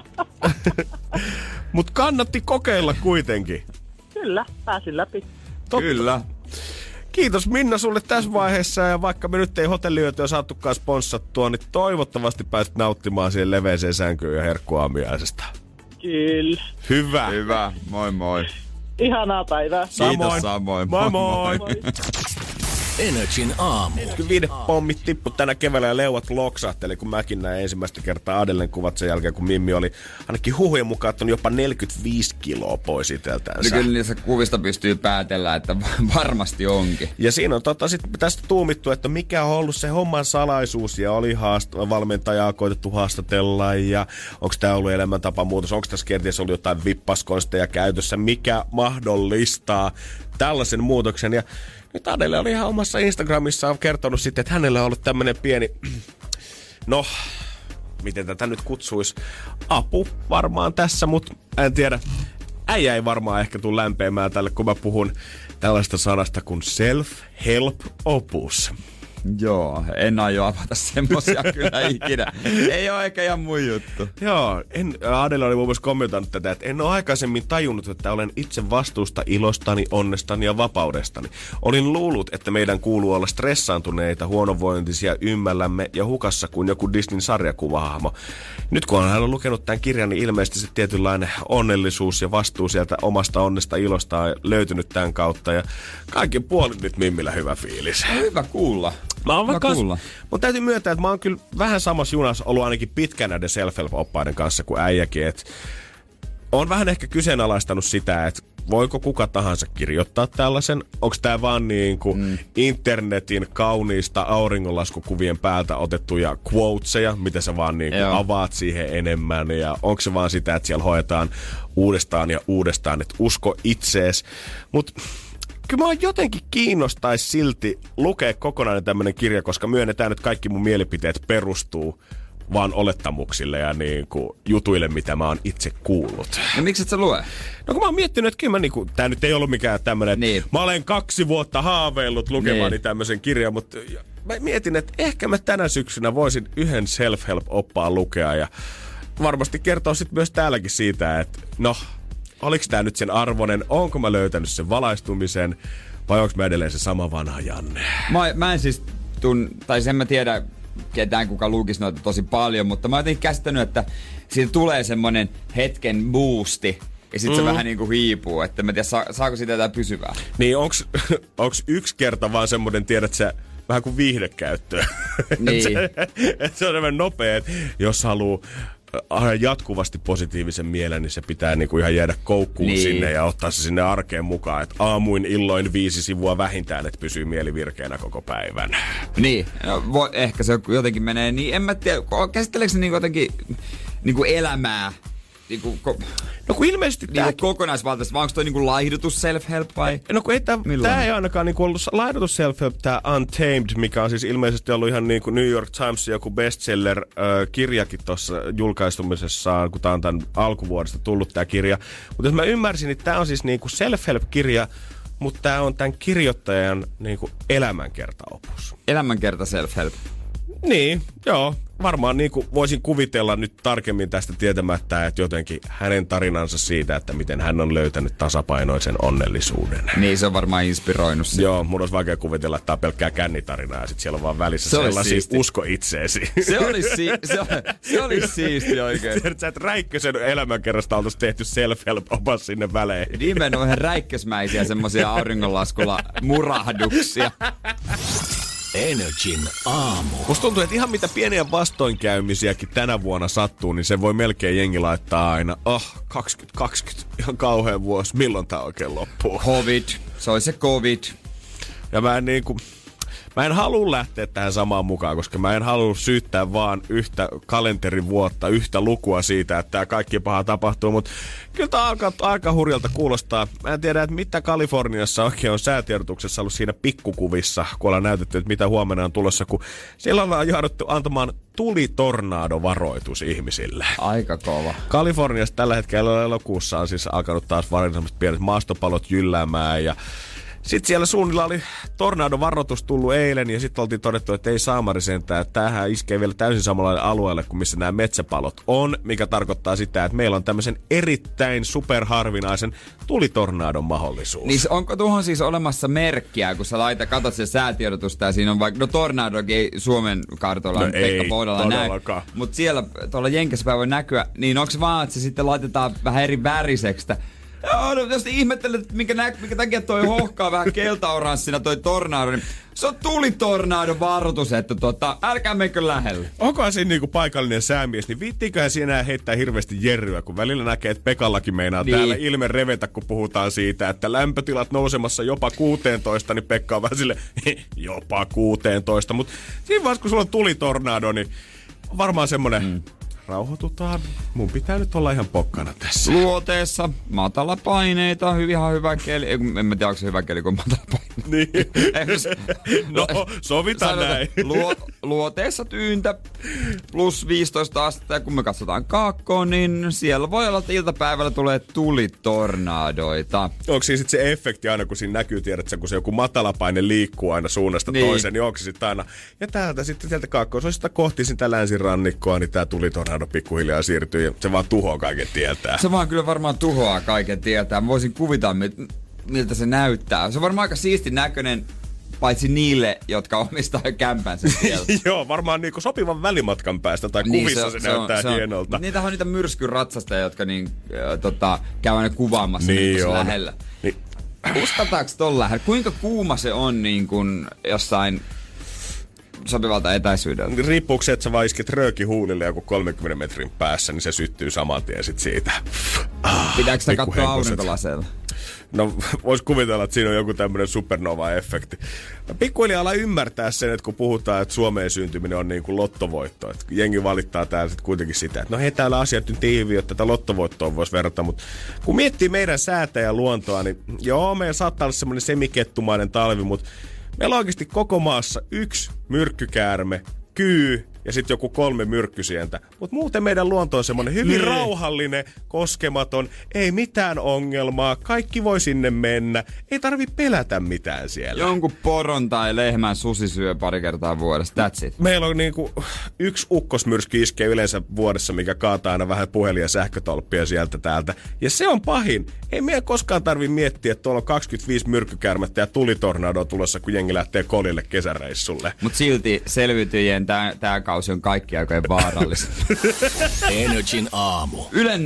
[SPEAKER 4] Mut kannatti kokeilla kuitenkin.
[SPEAKER 7] Kyllä, pääsin läpi.
[SPEAKER 5] Totta. Kyllä.
[SPEAKER 4] Kiitos Minna sulle tässä vaiheessa, ja vaikka me nyt ei hotelliyötyä saattukaan sponssattua, niin toivottavasti pääsit nauttimaan siihen leveeseen sänkyyn ja herkkuaamiaisesta.
[SPEAKER 7] Kyllä.
[SPEAKER 4] Hyvä.
[SPEAKER 5] Hyvä. Moi moi.
[SPEAKER 7] Ihanaa päivää.
[SPEAKER 5] Samoin. Kiitos samoin.
[SPEAKER 4] Moi moi. moi. moi.
[SPEAKER 3] Energin aamu.
[SPEAKER 4] Viidepommit tippu tänä keväällä ja leuat loksahteli, kun mäkin näin ensimmäistä kertaa Adelen kuvat sen jälkeen, kun Mimmi oli ainakin huhujen mukaan ottanut jopa neljäkymmentäviisi kiloa pois iteltänsä.
[SPEAKER 5] Kyllä niissä kuvista pystyy päätellä, että varmasti onkin.
[SPEAKER 4] Ja siinä on tota, sit tästä tuumittu, että mikä on ollut se homman salaisuus, ja oli haast- valmentajaa koitettu haastatella, ja onko tämä ollut elämäntapamuutos, onko tässä kenties ollut jotain vippaskonsteja käytössä, mikä mahdollistaa tällaisen muutoksen. Ja nyt Adele oli ihan omassa Instagramissaan kertonut sitten, että hänellä on ollut tämmönen pieni, no, miten tätä nyt kutsuisi, apu varmaan tässä, mutta en tiedä. Äijä ei varmaan ehkä tule lämpeämään tälle, kun mä puhun tällaista sanasta kuin self-help opus.
[SPEAKER 5] Joo, en aio avata semmosia kyllä ikinä. Ei oo ehkä ihan mun juttu.
[SPEAKER 4] Joo, en, Adele oli muun muassa kommentoinut tätä, että en ole aikaisemmin tajunnut, että olen itse vastuusta ilostani, onnestani ja vapaudestani. Olin luullut, että meidän kuuluu olla stressaantuneita, huonovointisia, ymmällämme ja hukassa kuin joku Disneyn sarjakuvahahmo. Nyt kun hän on lukenut tämän kirjan, niin ilmeisesti se tietynlainen onnellisuus ja vastuu sieltä omasta onnesta ilosta on löytynyt tämän kautta. Ja kaikin puolin nyt Mimmillä hyvä fiilis.
[SPEAKER 5] Hyvä kuulla.
[SPEAKER 4] Mä oon vaikka, mun täytyy myöntää, että mä oon kyllä vähän samassa junassa ollut ainakin pitkään näiden self-help-oppaiden kanssa kuin äijäkin. Et oon vähän ehkä kyseenalaistanut sitä, että voiko kuka tahansa kirjoittaa tällaisen. Onko tää vaan niin kuin mm. internetin kauniista auringonlaskukuvien päältä otettuja quoteseja, mitä sä vaan niin kuin avaat siihen enemmän. Ja onko se vaan sitä, että siellä hoetaan uudestaan ja uudestaan, että usko itsees. Mut kyllä mä jotenkin kiinnostais silti lukea kokonainen tämmönen kirja, koska myönnetään, että kaikki mun mielipiteet perustuu vaan olettamuksille ja niin kuin jutuille, mitä mä oon itse kuullut.
[SPEAKER 5] Ja miksi et sä lue?
[SPEAKER 4] No kun mä oon miettinyt, että kyllä mä niinku, tää nyt ei ollut mikään tämmönen, niin. Mä olen kaksi vuotta haaveillut lukemaani niin. tämmöisen kirjan, mutta mä mietin, että ehkä mä tänä syksynä voisin yhden self-help-oppaan lukea ja varmasti kertoo sit myös täälläkin siitä, että no, oliks tää nyt sen arvoinen, onko mä löytänyt sen valaistumisen vai onko mä edelleen se sama vanha Janne? Mä,
[SPEAKER 5] mä en siis tun, tai sen mä tiedä ketään kuka lukisi noita tosi paljon, mutta mä oon jotenkin käsittänyt, että siitä tulee semmonen hetken boosti ja sit mm. se vähän niinku hiipuu, että mä tiedä, saako siitä jotain pysyvää.
[SPEAKER 4] Niin onks, onks yksi kerta vaan semmonen, tiedät sä, vähän kuin viihdekäyttöä.
[SPEAKER 5] Niin.
[SPEAKER 4] se, se on semmoinen nopea, että jos haluaa jatkuvasti positiivisen mielen, niin se pitää niinku ihan jäädä koukkuun niin. sinne ja ottaa se sinne arkeen mukaan. Että aamuin illoin viisi sivua vähintään, että pysyy mieli virkeänä koko päivän.
[SPEAKER 5] Niin, no, voi, ehkä se jotenkin menee niin. En mä tiedä, käsitteleekö se niinku jotenkin niinku elämää? Niinku, ko-
[SPEAKER 4] no kun ilmeisesti
[SPEAKER 5] niinku tää... kokonaisvaltaisesti, vai onko toi niinku laihdutus self-help vai?
[SPEAKER 4] No kun ei tää, tää ei ainakaan niinku ollut laihdutus self-help, tää Untamed, mikä on siis ilmeisesti ollut ihan niinku New York Times joku bestseller-kirjakin tuossa julkaistumisessaan, kun tää on tän alkuvuodesta tullut tää kirja. Mutta jos mä ymmärsin, niin tää on siis niinku self-help-kirja, mutta tää on tän kirjoittajan niinku elämänkertaopus.
[SPEAKER 5] Elämänkerta self-help.
[SPEAKER 4] Niin, joo. Varmaan niin kuin voisin kuvitella nyt tarkemmin tästä tietämättä, että jotenkin hänen tarinansa siitä, että miten hän on löytänyt tasapainoisen onnellisuuden.
[SPEAKER 5] Niin, se on varmaan inspiroinut sitä.
[SPEAKER 4] Joo, mun olisi vaikea kuvitella, että tämä on pelkkää kännitarinaa ja sitten siellä on vaan välissä se sellaisia usko itseesi.
[SPEAKER 5] Se olisi, si- se, se olisi siisti oikein.
[SPEAKER 4] Tiedätkö, että Räikkösen elämänkerrasta oltaisiin tehty self-help-opas sinne välein.
[SPEAKER 5] Nimenomaan räikkösmäisiä semmoisia auringonlaskulla murahduksia.
[SPEAKER 3] Energin aamu.
[SPEAKER 4] Musta tuntuu, että ihan mitä pieniä vastoinkäymisiäkin tänä vuonna sattuu, niin se voi melkein jengi laittaa aina, ah, oh, kaksituhattakaksikymmentä, ihan kauhean vuosi, milloin tää oikein loppuu?
[SPEAKER 5] Covid, se oli se Covid.
[SPEAKER 4] Ja mä en niinku... Mä en halua lähteä tähän samaan mukaan, koska mä en halua syyttää vaan yhtä kalenterivuotta, yhtä lukua siitä, että tää kaikki paha tapahtuu, mutta kyllä tää alkaa aika hurjalta kuulostaa. Mä en tiedä, että mitä Kaliforniassa oikein on säätiedotuksessa ollut siinä pikkukuvissa, kun ollaan näytetty, että mitä huomenna on tulossa, kun siellä ollaan jouduttu antamaan tulitornado-varoitus ihmisille.
[SPEAKER 5] Aika kova.
[SPEAKER 4] Kaliforniassa tällä hetkellä elokuussa on siis alkanut taas varin semmoiset pienet maastopalot jylläämään ja sitten siellä suunnilla oli tornadovaroitus tullut eilen ja sitten oltiin todettu, että ei saamari sentään, että tämähän iskee vielä täysin samalle alueelle kuin missä nämä metsäpalot on, mikä tarkoittaa sitä, että meillä on tämmöisen erittäin superharvinaisen tulitornadon mahdollisuus.
[SPEAKER 5] Niin onko tuohon siis olemassa merkkiä, kun sä laitat, katsot sen säätiedotusta ja siinä on vaikka, no tornadokin ei Suomen kartoilla no Pekka Poudalla näy, mutta siellä tuolla Jenkessä voi näkyä, niin onko se vaan, että se sitten laitetaan vähän eri väriseksi? Joo, no, jos ihmettelet, että minkä, nä- minkä takia toi hohkaa vähän keltaoranssina toi tornado, niin se on tulitornadon varoitus, että tota, älkää menkö lähelle.
[SPEAKER 4] Onkohan siinä niinku paikallinen säämies, niin viittiinköhän siinä enää heittää hirveästi jerryä, kun välillä näkee, että Pekallakin meinaa niin täällä ilme revetä, kun puhutaan siitä, että lämpötilat nousemassa jopa kuusitoista, niin Pekka on vähän sille, jopa kuusitoista, mutta siinä vaiheessa, kun sulla on tulitornado, niin on varmaan semmonen... Mm. Rauhoitutaan. Mun pitää nyt olla ihan pokkana tässä.
[SPEAKER 5] Luoteessa, matala paineita, ihan hyvä keli. En mä tiedä, onko se hyvä keli, kun matala paineita.
[SPEAKER 4] Niin. No, sovitaan näin.
[SPEAKER 5] Luo, luoteessa tyyntä plus viisitoista astetta. Ja kun me katsotaan kaakkoon, niin siellä voi olla, että iltapäivällä tulee tulitornadoita.
[SPEAKER 4] Onko siinä sitten se efekti aina, kun siinä näkyy, tiedätkö, kun se joku matala paine liikkuu aina suunnasta niin toiseen, niin onko se sitten aina... Ja täältä sitten sieltä kaakkoon, se on sitä kohti sitä länsirannikkoa, niin tää tulitornado pikkuhiljaa siirtyy ja se vaan tuhoaa kaiken tietää.
[SPEAKER 5] Se vaan kyllä varmaan tuhoaa kaiken tietää. Mä voisin kuvitella, miltä se näyttää. Se on varmaan aika siisti näköinen, paitsi niille, jotka omistaa kämpänsä siellä.
[SPEAKER 4] Joo, varmaan niinku sopivan välimatkan päästä tai niin, kuvissa se, se, se näyttää on, hienolta.
[SPEAKER 5] Niitähän on niitä myrskyratsastajia, jotka niin, äh, tota, käy aina kuvaamassa niin niin lähellä. Niin. Uskaltaako ton lähellä? Kuinka kuuma se on niin kun jossain sopivalta etäisyydeltä?
[SPEAKER 4] Riippuuko se, että sä vaan isket rööki huulille joku kolmenkymmenen metrin päässä, niin se syttyy saman tien sit siitä.
[SPEAKER 5] Ah, pitääkö sitä katsoa aurinkolaseilla?
[SPEAKER 4] No, vois kuvitella, että siinä on joku tämmönen supernova-efekti. Pikkuhiljaa ala ymmärtää sen, että kun puhutaan, että Suomeen syntyminen on niin kuin lottovoitto. Että jengi valittaa täällä sit kuitenkin sitä, että no hei, täällä asiat nyt ei hyvin, että tätä lottovoittoa voisi verrata. Mutta kun miettii meidän säätä ja luontoa, niin joo, meillä saattaa olla semmoinen semikettumainen talvi, mutta meillä on oikeasti koko maassa yksi myrkkykäärme, kyy ja sitten joku kolme myrkkysientä. Mutta muuten meidän luonto on semmoinen hyvin mm. rauhallinen, koskematon, ei mitään ongelmaa, kaikki voi sinne mennä, ei tarvi pelätä mitään siellä.
[SPEAKER 5] Jonkun poron tai lehmän susi syö pari kertaa vuodessa, that's it.
[SPEAKER 4] Meillä on niinku yksi ukkosmyrsky iskee yleensä vuodessa, mikä kaataa aina vähän puhelin- ja sähkötolppia sieltä täältä. Ja se on pahin. Ei meidän koskaan tarvi miettiä, että tuolla on kaksikymmentäviisi myrkkykäärmettä ja tulitornado tulossa, kun jengi lähtee kolille kesäreissulle.
[SPEAKER 5] Mut silti selviytyjien tää, tää kausi on kaikki aikojen vaarallista.
[SPEAKER 3] Energin aamu.
[SPEAKER 5] Ylen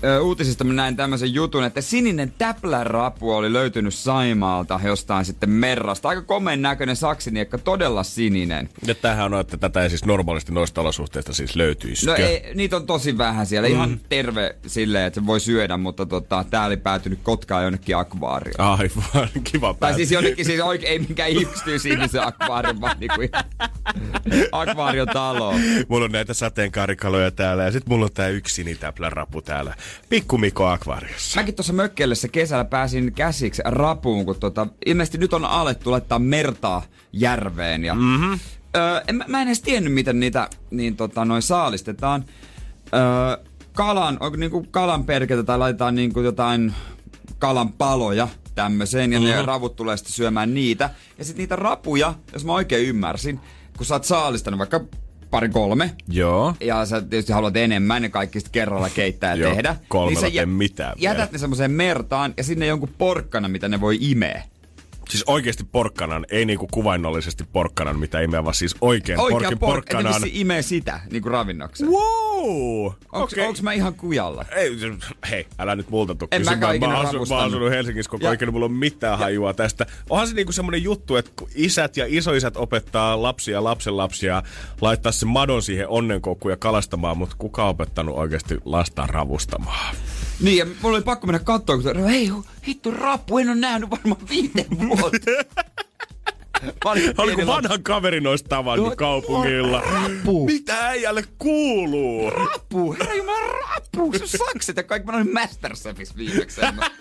[SPEAKER 5] ö, uutisista mä näin tämmöisen jutun, että sininen täplärapu oli löytynyt Saimaalta jostain sitten merrasta. Aika komeen näköinen saksiniekka, todella sininen.
[SPEAKER 4] Ja tämähän on, että tätä ei siis normaalisti noista olosuhteista siis löytyisikö?
[SPEAKER 5] No ei, niitä on tosi vähän siellä. Mm. Ihan terve silleen, että se voi syödä, mutta tota, tää oli päätynyt Kotkaan jonnekin akvaarioon.
[SPEAKER 4] Aivan, kiva pääty.
[SPEAKER 5] Tai siis jonnekin, siis oikein, ei mikään yksityisihmisen akvaarion, vaan niinku akvaariotalo.
[SPEAKER 4] Mulla on näitä sateenkaarikaloja täällä ja sit mulla on tää yksi sinitäplärapu täällä. Pikku Mikko akvaariossa.
[SPEAKER 5] Mäkin tuossa mökkeellessä kesällä pääsin käsiksi rapuun, kun tota, ilmeisesti nyt on alettu laittaa mertaa järveen. Ja, mm-hmm. öö, en, mä en edes tiennyt, miten niitä niin, tota, noin saalistetaan. Öö, kalan, onko niinku kalan perkeitä tai laitetaan niinku jotain kalan paloja tämmöiseen ja mm-hmm. ne ravut tulee sitten syömään niitä. Ja sitten niitä rapuja, jos mä oikein ymmärsin, kun sä oot saalistanut vaikka pari kolme.
[SPEAKER 4] Joo.
[SPEAKER 5] Ja sä tietysti haluat enemmän, ne kaikki sitten kerralla keittää ja tehdä.
[SPEAKER 4] Kolmella
[SPEAKER 5] niin
[SPEAKER 4] jä- mitään
[SPEAKER 5] jätät
[SPEAKER 4] vielä.
[SPEAKER 5] Ne semmoiseen mertaan ja sinne jonkun porkkana, mitä ne voi imeä.
[SPEAKER 4] Siis oikeesti porkkanan, ei niinku kuvainnollisesti porkkanan, mitä imeä, vaan siis oikein
[SPEAKER 5] Oikea
[SPEAKER 4] porkin
[SPEAKER 5] por-
[SPEAKER 4] porkkanan.
[SPEAKER 5] Että imee sitä niinku ravinnokseen.
[SPEAKER 4] Wow!
[SPEAKER 5] Onks,
[SPEAKER 4] okay.
[SPEAKER 5] onks mä ihan kujalla?
[SPEAKER 4] Ei, hei, älä nyt multa tuu
[SPEAKER 5] En
[SPEAKER 4] kysymään.
[SPEAKER 5] mäkään ikinä
[SPEAKER 4] Mä oon asu,
[SPEAKER 5] ravustanut.
[SPEAKER 4] asunut Helsingissä koko
[SPEAKER 5] Ja-
[SPEAKER 4] ikinä, mulla on mitään hajua tästä. Onhan se niinku semmonen juttu, että kun isät ja isoisät opettaa lapsia ja lapsenlapsia laittaa se madon siihen onnenkoukkuun ja kalastamaan, mutta kuka on opettanut oikeasti lasta ravustamaan?
[SPEAKER 5] Niin, ja mulla oli pakko mennä kattoo, kun hei, hitto rappu, en oo nähnyt varmaan viiteen vuotta.
[SPEAKER 4] Oliko vanhan kaveri noista tavannut
[SPEAKER 5] No,
[SPEAKER 4] kaupungilla?
[SPEAKER 5] rappu.
[SPEAKER 4] Mitä äijälle kuuluu?
[SPEAKER 5] Rappu, herra jumala, rappu, se on sakset ja kaikki, mä olin Masterchefissa viimeksi.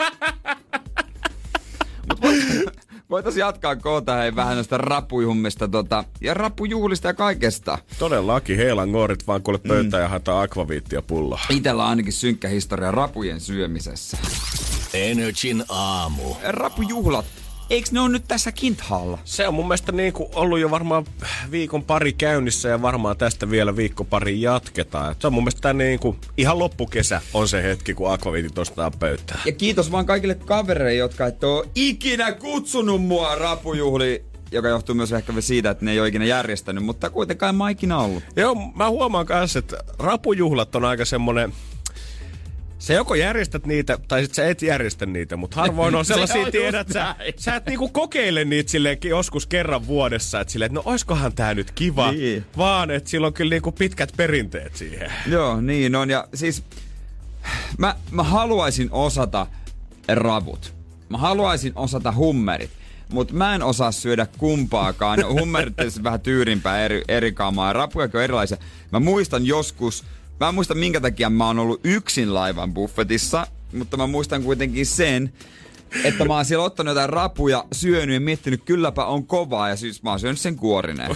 [SPEAKER 5] Mut voitais jatkaa koota hei vähän noista rappujuhmista tota, ja rappujuhlista ja kaikesta.
[SPEAKER 4] Todellakin, heilan ngoorit vaan kuule pöytään mm. ja haetaan akvaviittia pulloa.
[SPEAKER 5] Itellä on ainakin synkkä historia rapujen syömisessä.
[SPEAKER 3] Energin aamu.
[SPEAKER 5] Rappujuhlat, eiks ne on nyt tässä Kinthalla?
[SPEAKER 4] Se on mun mielestä niin kuin ollut jo varmaan viikon pari käynnissä ja varmaan tästä vielä viikko pari jatketaan. Se on mun mielestä niin kuin ihan loppukesä on se hetki, kun akvaviitit ostaa pöytään.
[SPEAKER 5] Ja kiitos vaan kaikille kavereille, jotka et oo ikinä kutsunut mua rappujuhliin, joka johtuu myös ehkä siitä, että ne ei ole ikinä järjestänyt, mutta kuitenkaan en mä ikinä ollut.
[SPEAKER 4] Joo, mä huomaan kanssa, että rapujuhlat on aika semmonen... Sä joko järjestät niitä, tai sit sä et järjestä niitä, mutta harvoin on sellaisia,
[SPEAKER 5] Se on
[SPEAKER 4] tiedät, sä, sä et niinku kokeile niitä silleenkin joskus kerran vuodessa, että silleen, että no oiskohan tää nyt kiva,
[SPEAKER 5] Niin.
[SPEAKER 4] vaan että sillä on kyllä niinku pitkät perinteet siihen.
[SPEAKER 5] Joo, niin on. Ja siis mä, mä haluaisin osata ravut. Mä haluaisin osata hummerit. Mutta mä en osaa syödä kumpaakaan. Hummerit on vähän tyyrimpää eri, eri kamaa ja rapujakin on erilaisia. Mä muistan joskus, mä en muista minkä takia mä oon ollut yksin laivan buffetissa, mutta mä muistan kuitenkin sen, että mä oon siellä ottanut jotain rapuja, syönyt ja miettinyt, kylläpä on kovaa ja siis mä oon syönyt sen kuorineen.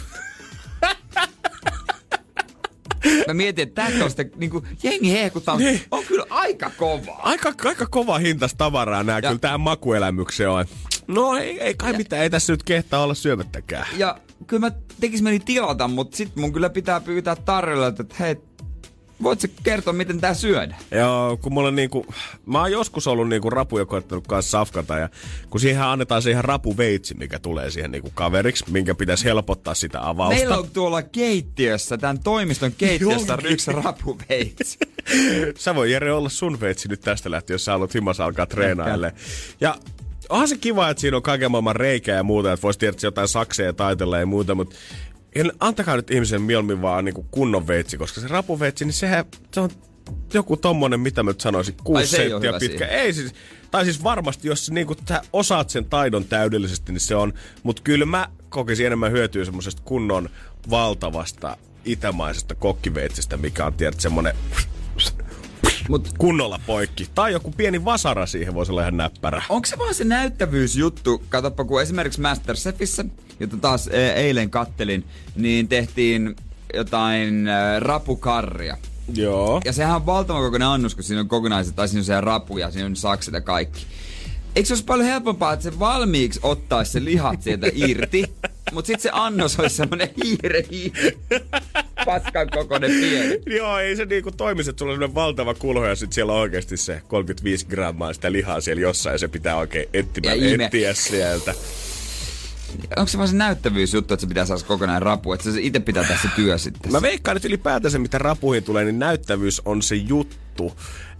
[SPEAKER 5] Mä mietin, että tää on sitten niinku, jengi hehkuttaa,
[SPEAKER 4] Niin.
[SPEAKER 5] on kyllä aika kovaa.
[SPEAKER 4] Aika, aika kova hintas tavaraa nää
[SPEAKER 5] Ja-
[SPEAKER 4] kyllä tähän makuelämykseen on. No ei, ei kai mitään, ei tässä nyt kehtaa olla syömättäkään.
[SPEAKER 5] Ja kyllä mä tekis meni tilata, mutta sit mun kyllä pitää pyytää tarjolla, että hei, voit sä kertoa, miten tää syödään?
[SPEAKER 4] Joo, kun mulla niinku, mä oon joskus ollut niinku rapuja koettanut kanssa safkata ja kun siihen annetaan se ihan rapuveitsi, mikä tulee siihen niinku kaveriksi, minkä pitäisi helpottaa sitä avausta.
[SPEAKER 5] Meillä on tuolla keittiössä, tämän toimiston keittiössä
[SPEAKER 4] Jonkin.
[SPEAKER 5] yksi rapuveitsi.
[SPEAKER 4] Sä voi Jere olla sun veitsi nyt tästä lähtien, jos sä haluat himas alkaa treenaille. Ja onhan se kiva, että siinä on kaiken maailman reikää ja muuta, että vois tietysti jotain sakseja taitella ja muuta, mutta antakaa nyt ihmisen mieluummin vaan niinku kunnon veitsi, koska se rapuveitsi, niin sehän se on joku tommonen, mitä mä nyt sanoisin, kuusi
[SPEAKER 5] se ei oo
[SPEAKER 4] senttiä
[SPEAKER 5] hyvä
[SPEAKER 4] pitkä.
[SPEAKER 5] siihen.
[SPEAKER 4] Ei siis, tai siis varmasti, jos niinku sä osaat sen taidon täydellisesti, niin se on. Mutta kyllä mä kokisin enemmän hyötyä semmosesta kunnon valtavasta itämaisesta kokkiveitsistä, mikä on tiedät semmonen
[SPEAKER 5] Mut
[SPEAKER 4] kunnolla poikki. Tai joku pieni vasara siihen voisi olla ihan näppärä.
[SPEAKER 5] onko se vaan se näyttävyysjuttu? Katoppa, kun esimerkiksi Masterchefissä, jota taas e- eilen kattelin, niin tehtiin jotain ä, rapukarria.
[SPEAKER 4] Joo.
[SPEAKER 5] Ja sehän on valtavan kokoinen annus, kun siinä on kokonaiset, tai siinä on se rapu ja siinä on sakset ja kaikki. Eikö se olisi paljon helpompaa, että se valmiiksi ottaisi se lihat sieltä irti, mutta sitten se annos olisi semmoinen hiire hiire. Paskan kokoinen pieni.
[SPEAKER 4] Joo, ei se niinku toimisi, että sulla on semmoinen valtava kulho ja sit siellä on oikeesti se kolmekymmentäviisi grammaa sitä lihaa siellä jossain ja se pitää oikein etsimään,
[SPEAKER 5] Ja ime.
[SPEAKER 4] etsiä sieltä.
[SPEAKER 5] Onko se vaan se näyttävyysjuttu, että se pitää saada kokonaan rapu, että se itse pitää tässä työ sitten?
[SPEAKER 4] Mä veikkaan, että ylipäätänsä mitä rapuihin tulee, niin näyttävyys on se juttu.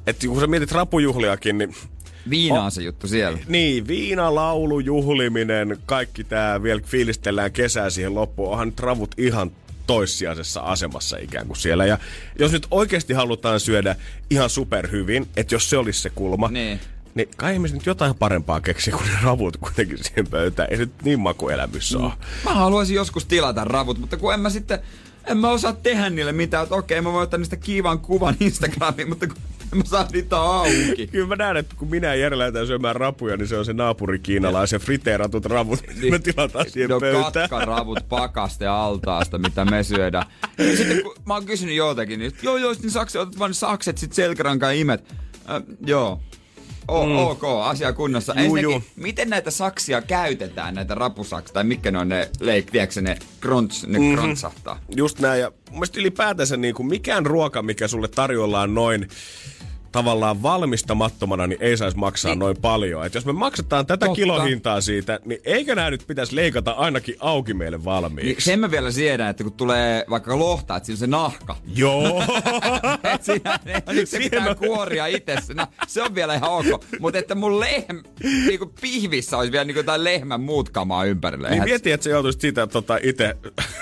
[SPEAKER 4] että kun sä mietit rapujuhliakin, niin...
[SPEAKER 5] Viina on se juttu siellä.
[SPEAKER 4] Niin, viina, laulu, juhliminen, kaikki tää vielä fiilistellään kesää siihen loppuun. Onhan nyt ravut ihan toissijaisessa asemassa ikään kuin siellä. Ja jos nyt oikeasti halutaan syödä ihan superhyvin, että jos se olisi se kulma,
[SPEAKER 5] niin,
[SPEAKER 4] niin kai ihmiset nyt jotain parempaa keksiä kuin ne ravut kuitenkin siihen pöytään. Ei se nyt niin makuelämys ole.
[SPEAKER 5] Mä haluaisin joskus tilata ravut, mutta kun en mä sitten, en mä osaa tehdä niille mitään. Että okei, mä voin ottaa niistä kivan kuvan Instagramiin, mutta kun en mä saa niitä auki.
[SPEAKER 4] Kyllä mä näen, että kun minä ja Jere lähdetään syömään rapuja, niin se on se naapuri kiinalaisen friteeratut ravut. Niin, me tilataan siihen
[SPEAKER 5] no,
[SPEAKER 4] pöytään.
[SPEAKER 5] katkaravut pakaste altaasta, mitä me syödään. Ja sitten kun mä oon kysynyt joitakin, niin joo joo, niin sakset, otat vaan sakset sit selkärankaan imet. Äh, joo. O- mm. Ok, asia kunnossa. Juu, juu. Miten näitä saksia käytetään, näitä rapusaksia, tai mitkä ne on ne, leik, tiedätkö ne, krons, ne mm-hmm. krontsahtaa?
[SPEAKER 4] Just näin, ja mun mielestä ylipäätänsä niin kuin mikään ruoka, mikä sulle tarjollaan noin tavallaan valmistamattomana, niin ei saisi maksaa niin noin paljon. Et jos me maksetaan tätä Totta. kilohintaa siitä, niin eikö nää nyt pitäisi leikata ainakin auki meille valmiiksi?
[SPEAKER 5] Niin sen mä vielä siedän, että kun tulee vaikka lohta, että siinä on se nahka.
[SPEAKER 4] Joo.
[SPEAKER 5] Et siinä niin se pitää kuoria itse. No, se on vielä ihan ok. Mutta että mun lehm, niinku pihvissä olisi vielä niinku jotain lehmän muut kamaa ympärillä.
[SPEAKER 4] Niin mieti, että sä joutuisit siitä tota, itse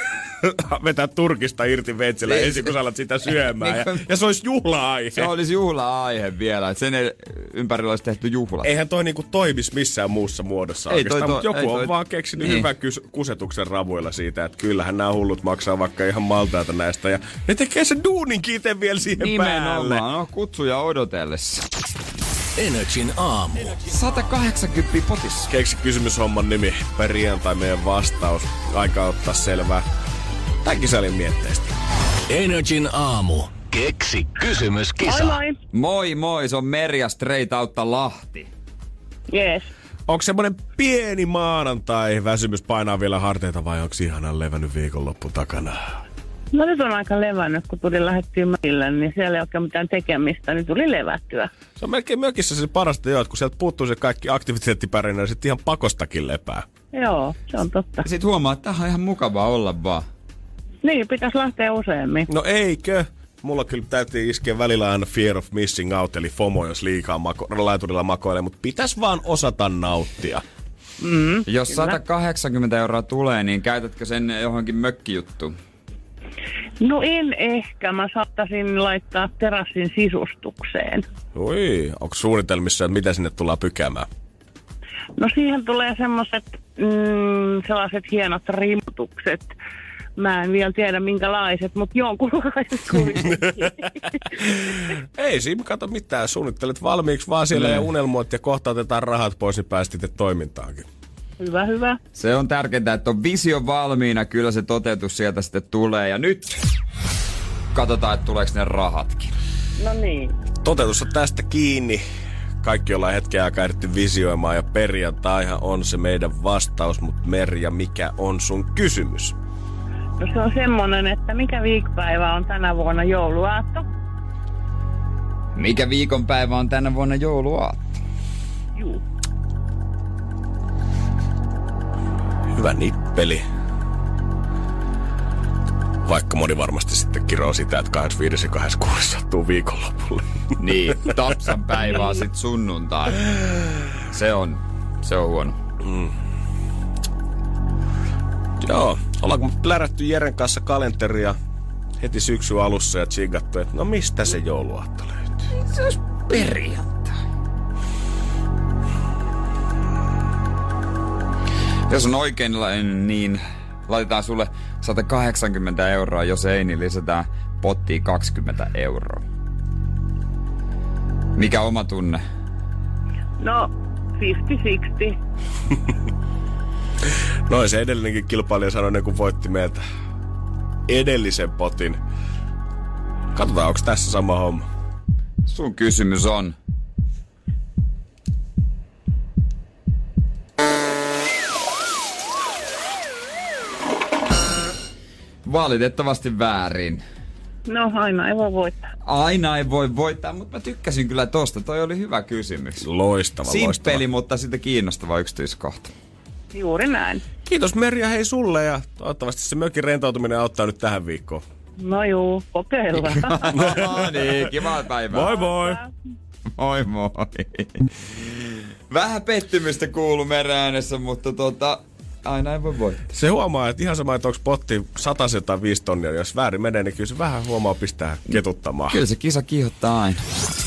[SPEAKER 4] vetää turkista irti veitsellä niin, ensin, kun sä alat sitä syömään. Niin, ja, ja se olisi juhla-aihe.
[SPEAKER 5] Se olisi juhla-aihe vielä, että sen ympärillä olisi tehty juhla.
[SPEAKER 4] Eihän toi niinku toimisi missään muussa muodossa ei oikeastaan, mutta joku ei on toi vaan keksinyt niin hyvän kys- kusetuksen ravuilla siitä, että kyllähän nämä hullut maksaa vaikka ihan maltaita näistä. Ja ne tekee sen duuninkin itse vielä siihen
[SPEAKER 5] Nimenomaan,
[SPEAKER 4] päälle.
[SPEAKER 5] Nimenomaan, no kutsuja odotellessa.
[SPEAKER 3] Energin aamu.
[SPEAKER 5] sata kahdeksankymmentä potissa.
[SPEAKER 4] Keksi kysymyshomman nimi, perjantai meidän vastaus. Aika ottaa selvää tämänkin salin mietteistä.
[SPEAKER 3] Energin aamu. Keksi kysymyskisa.
[SPEAKER 7] Moi moi.
[SPEAKER 5] Moi moi, se on Merja Straight Outta Lahti.
[SPEAKER 7] Jees.
[SPEAKER 4] Onko semmonen pieni maanantai väsymys painaa vielä harteita vai onko ihanan levännyt viikonloppu takana?
[SPEAKER 7] No nyt on aika levännyt, kun tuli lähettyä mökille, niin siellä ei oikein mitään tekemistä, niin tuli levättyä.
[SPEAKER 4] Se on melkein mökissä se parasta jo, että kun sieltä puuttuu se kaikki aktiviteettipärinä, niin sitten ihan pakostakin lepää.
[SPEAKER 7] Joo, se on totta.
[SPEAKER 5] Sitten huomaa, että tämähän on ihan mukavaa olla vaan.
[SPEAKER 7] Niin, pitäisi lähteä useammin.
[SPEAKER 4] No eikö? Mulla kyllä täytyy iskeä välillä aina fear of missing out, eli FOMO, jos liikaa mako- laiturilla makoilee, mutta pitäisi vaan osata nauttia.
[SPEAKER 7] Mm,
[SPEAKER 5] jos
[SPEAKER 7] kyllä.
[SPEAKER 5] sata kahdeksankymmentä euroa tulee, niin käytätkö sen johonkin mökkijuttuun?
[SPEAKER 7] No en ehkä. Mä saattaisin laittaa terassin sisustukseen.
[SPEAKER 4] Oi, onko suunnitelmissa, että mitä sinne tullaan pykäämään?
[SPEAKER 7] No siihen tulee semmoset mm, sellaiset hienot rimutukset. Mä en vielä tiedä minkälaiset, mutta jonkunlaiset kuitenkin.
[SPEAKER 4] Ei siinä kato mitään. Suunnittelet valmiiksi vaan siellä mm. ja unelmoit ja kohta otetaan rahat pois, niin päästit toimintaankin.
[SPEAKER 7] Hyvä, hyvä.
[SPEAKER 5] Se on tärkeintä, että on visio valmiina. Kyllä se toteutus sieltä sitten tulee. Ja nyt katsotaan, että tuleeko ne rahatkin.
[SPEAKER 7] No niin.
[SPEAKER 4] Toteutus on tästä kiinni. Kaikki ollaan hetken aikaa ehditty visioimaan ja perjantaihan on se meidän vastaus. Mutta Merja, mikä on sun kysymys?
[SPEAKER 7] No se on semmonen, että mikä viikonpäivä on tänä vuonna jouluaatto?
[SPEAKER 5] Mikä viikonpäivä on tänä vuonna jouluaatto?
[SPEAKER 7] Juu.
[SPEAKER 4] Hyvä nippeli. Vaikka moni varmasti sitten kiroo sitä, että kahdeskymmenesviides ja kahdeskymmeneskuudes sattuu viikonlopulle.
[SPEAKER 5] Niin, Tapsan päivä on sit sunnuntai. Se on, se on huono. Mm.
[SPEAKER 4] Joo, ollaanko plärätty Jeren kanssa kalenteria heti syksyn alussa ja tsiigattu, että no mistä se jouluaatto löytyy?
[SPEAKER 5] Se olisi perjantai. Jos on oikein, niin laitetaan sulle sata kahdeksankymmentä euroa, jos ei, niin lisätään pottiin kaksikymmentä euroa. Mikä oma tunne?
[SPEAKER 7] No, viisikymmentä kuusikymmentä.
[SPEAKER 4] Noin se edellinenkin kilpailija sanoi, kun voitti meiltä edellisen potin. Katsotaan, onko tässä sama homma.
[SPEAKER 5] Sun kysymys on... Valitettavasti väärin.
[SPEAKER 7] No, aina ei voi voittaa.
[SPEAKER 5] Aina ei voi voittaa, mutta mä tykkäsin kyllä tosta. Toi oli hyvä kysymys.
[SPEAKER 4] Loistava,
[SPEAKER 5] Simppeli,
[SPEAKER 4] loistava.
[SPEAKER 5] mutta sitten kiinnostava yksityiskohta.
[SPEAKER 7] Juuri näin.
[SPEAKER 4] Kiitos Merja hei sulle ja toivottavasti se mökin rentoutuminen auttaa nyt tähän viikkoon.
[SPEAKER 7] No juu, kokeillaan.
[SPEAKER 5] No niin, kivaa päivää.
[SPEAKER 4] Moi moi!
[SPEAKER 5] Moi moi. Vähän pettymystä kuuluu meren äänessä, mutta tota, aina ei voi voittaa.
[SPEAKER 4] Se huomaa, että ihan sama, että onko potti sata tai viisi tonnia, jos väärin menee, niin kyllä se vähän huomaa pistää ketuttamaan.
[SPEAKER 5] Kyllä se kisa kiihottaa aina.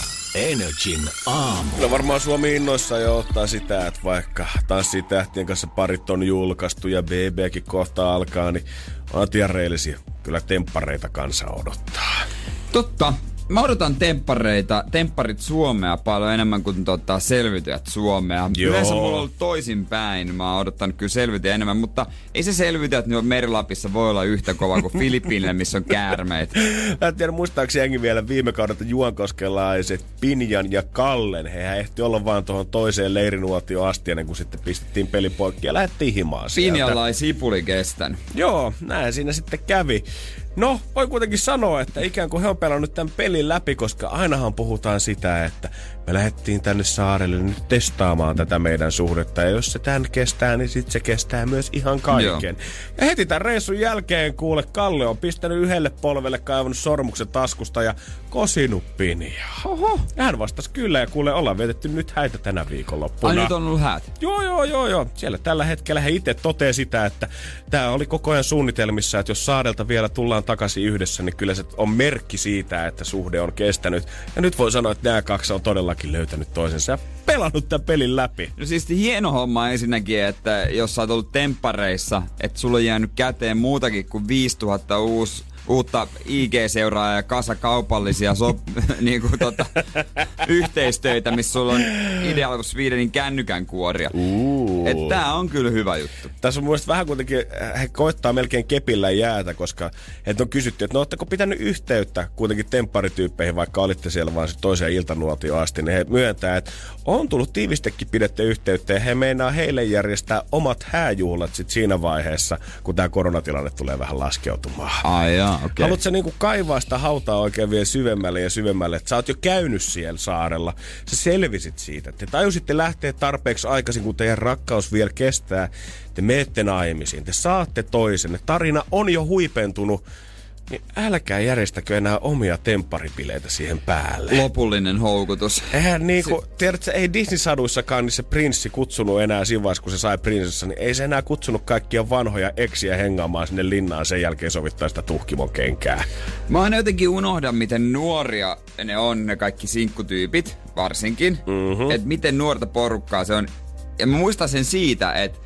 [SPEAKER 3] Energin aamu.
[SPEAKER 4] No varmaan Suomi innoissaan jo ottaa sitä, että vaikka Tanssitähtien kanssa parit on julkaistu ja B B:kin kohta alkaa, niin on tiareellisia. Kyllä temppareita kansa odottaa.
[SPEAKER 5] Totta. Mä odotan temppareita, tempparit Suomea paljon enemmän kuin tota selviytyjät Suomea.
[SPEAKER 4] Joo.
[SPEAKER 5] Yleensä mulla on ollut toisinpäin. Mä oon odottanut kyllä selviytyjä enemmän, mutta ei se selviytyjät nyt Merilapissa voi olla yhtä kova kuin Filippiinille, missä on käärmeitä.
[SPEAKER 4] Mä en tiedä, muistaakseni jengi vielä viime kaudelta juankoskelaisen Pinjan ja Kallen. Hehän ehti olla vaan tuohon toiseen leirinuotioon asti ennen kuin sitten pistettiin peli poikki ja lähdettiin himaan sieltä.
[SPEAKER 5] Pinjalla ei sipuli kestänyt.
[SPEAKER 4] Joo, näin siinä sitten kävi. No, voi kuitenkin sanoa, että ikään kuin he on pelannut tämän pelin läpi, koska ainahan puhutaan sitä, että me lähdettiin tänne saarelle nyt testaamaan tätä meidän suhdetta. Ja jos se tän kestää, niin sit se kestää myös ihan kaiken. Joo. Ja heti tämän reissun jälkeen, kuule, Kalle on pistänyt yhdelle polvelle, kaivannut sormuksen taskusta ja kosinut Pinjaa. Oho. Ja hän vastasi kyllä ja kuule, ollaan vietetty nyt häitä tänä viikonloppuna.
[SPEAKER 5] Ai nyt on ollut häät?
[SPEAKER 4] Joo, joo, joo, joo. Siellä tällä hetkellä he itse toteaa sitä, että tää oli koko ajan suunnitelmissa, että jos saarelta vielä tullaan takaisin yhdessä, niin kyllä se on merkki siitä, että suhde on kestänyt. Ja nyt voi sanoa, että nämä kaksi on todellakin löytänyt toisensa ja pelannut tämän pelin läpi.
[SPEAKER 5] No siis hieno homma ensinnäkin, että jos sä oot ollut temppareissa, että sulla on jäänyt käteen muutakin kuin viisituhatta uusi uutta I G-seuraajaa ja kasa kaupallisia so, niinku tota, yhteistöitä, missä sulla on Ideal Swedenin kännykän kuoria. Uh. Että tää on kyllä hyvä juttu.
[SPEAKER 4] Tässä on mun mielestä vähän kuitenkin, he koittaa melkein kepillä jäätä, koska heitä on kysytty, että no ootteko pitänyt yhteyttä kuitenkin tempparityyppeihin, vaikka olitte siellä vaan se toiseen iltanuotioon asti, niin he myöntää, että on tullut tiivistekin pidetty yhteyttä ja he meinaa heille järjestää omat hääjuhlat sit siinä vaiheessa, kun tää koronatilanne tulee vähän laskeutumaan.
[SPEAKER 5] Ai jaa. Okay.
[SPEAKER 4] Haluatko sä niinku kaivaa sitä hautaa oikein vielä syvemmälle ja syvemmälle, että sä oot jo käynyt siellä saarella. Sä selvisit siitä. Te tajusitte lähteä tarpeeksi aikaisin, kun teidän rakkaus vielä kestää. Te menette naimisiin. Te saatte toisenne. Tarina on jo huipentunut. Niin älkää järjestäkö enää omia tempparipileitä siihen päälle.
[SPEAKER 5] Lopullinen houkutus.
[SPEAKER 4] Eihän niinku, si- tiedätkö, ei Disney-saduissakaan niin se prinssi kutsunut enää siinä vaiheessa, kun se sai prinsessa, niin ei se enää kutsunut kaikkia vanhoja eksiä hengaamaan sinne linnaan sen jälkeen sovittaa sitä tuhkimon kenkää.
[SPEAKER 5] Mä aina jotenkin unohdan, miten nuoria ne on, ne kaikki sinkkutyypit, varsinkin. Mm-hmm. Että miten nuorta porukkaa se on. Ja mä muistan sen siitä, että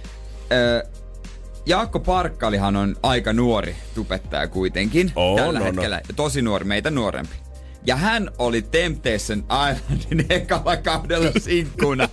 [SPEAKER 5] Öö, Jaakko Parkkalihan on aika nuori tubettaja kuitenkin
[SPEAKER 4] oh,
[SPEAKER 5] tällä
[SPEAKER 4] no,
[SPEAKER 5] hetkellä.
[SPEAKER 4] No.
[SPEAKER 5] Tosi nuori, meitä nuorempi. Ja hän oli Temptation Islandin ekalla kaudella sinkkuna.